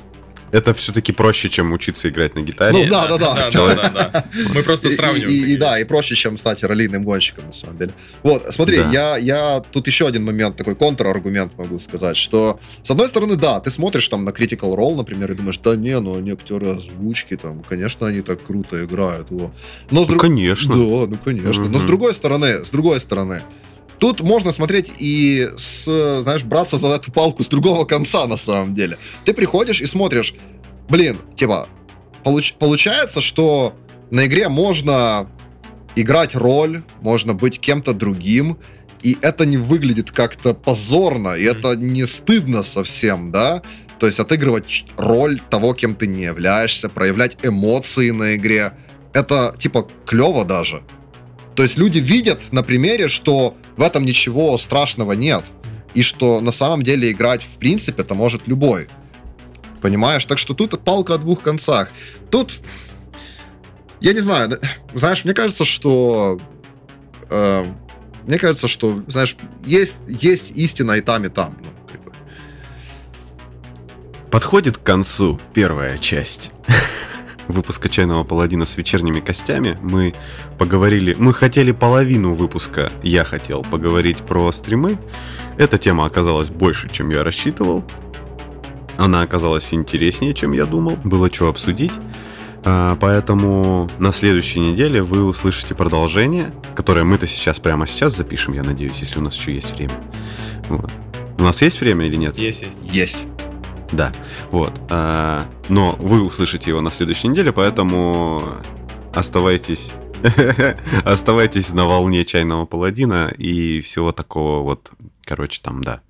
это все-таки проще, чем учиться играть на гитаре. Ну да, да, да. да, да, да. Мы просто сравниваем. И, и, и да, и проще, чем стать раллийным гонщиком, на самом деле. Вот, смотри, Да. я, я тут еще один момент, такой контраргумент могу сказать, что, с одной стороны, да, ты смотришь там на Critical Role, например, и думаешь, да не, ну они актеры озвучки, там, конечно, они так круто играют. О. Но с Ну, друг- конечно. Да, ну конечно. Но с Мгм. другой стороны, с другой стороны, тут можно смотреть и, с, знаешь, браться за эту палку с другого конца, на самом деле. Ты приходишь и смотришь, блин, типа, получ- получается, что на игре можно играть роль, можно быть кем-то другим, и это не выглядит как-то позорно, и Мгм. это не стыдно совсем, да? То есть отыгрывать ч- роль того, кем ты не являешься, проявлять эмоции на игре, это, типа, клево даже. То есть люди видят на примере, что в этом ничего страшного нет. И что на самом деле играть в принципе это может любой. Понимаешь? Так что тут палка о двух концах. Тут, я не знаю, да, знаешь, мне кажется, что... э, мне кажется, что, знаешь, есть, есть истина и там, и там. Ну, как бы. Подходит к концу первая часть выпуска «Чайного паладина» с вечерними костями. Мы поговорили... Мы хотели половину выпуска, я хотел поговорить про стримы. Эта тема оказалась больше, чем я рассчитывал. Она оказалась интереснее, чем я думал. Было что обсудить. А, Поэтому на следующей неделе вы услышите продолжение, которое мы-то сейчас, прямо сейчас запишем, я надеюсь, если у нас еще есть время. Вот. У нас есть время или нет? Есть, есть. Есть. Да, вот. А, но вы услышите его на следующей неделе, поэтому оставайтесь, оставайтесь на волне «Чайного паладина» и всего такого вот, короче, там, да.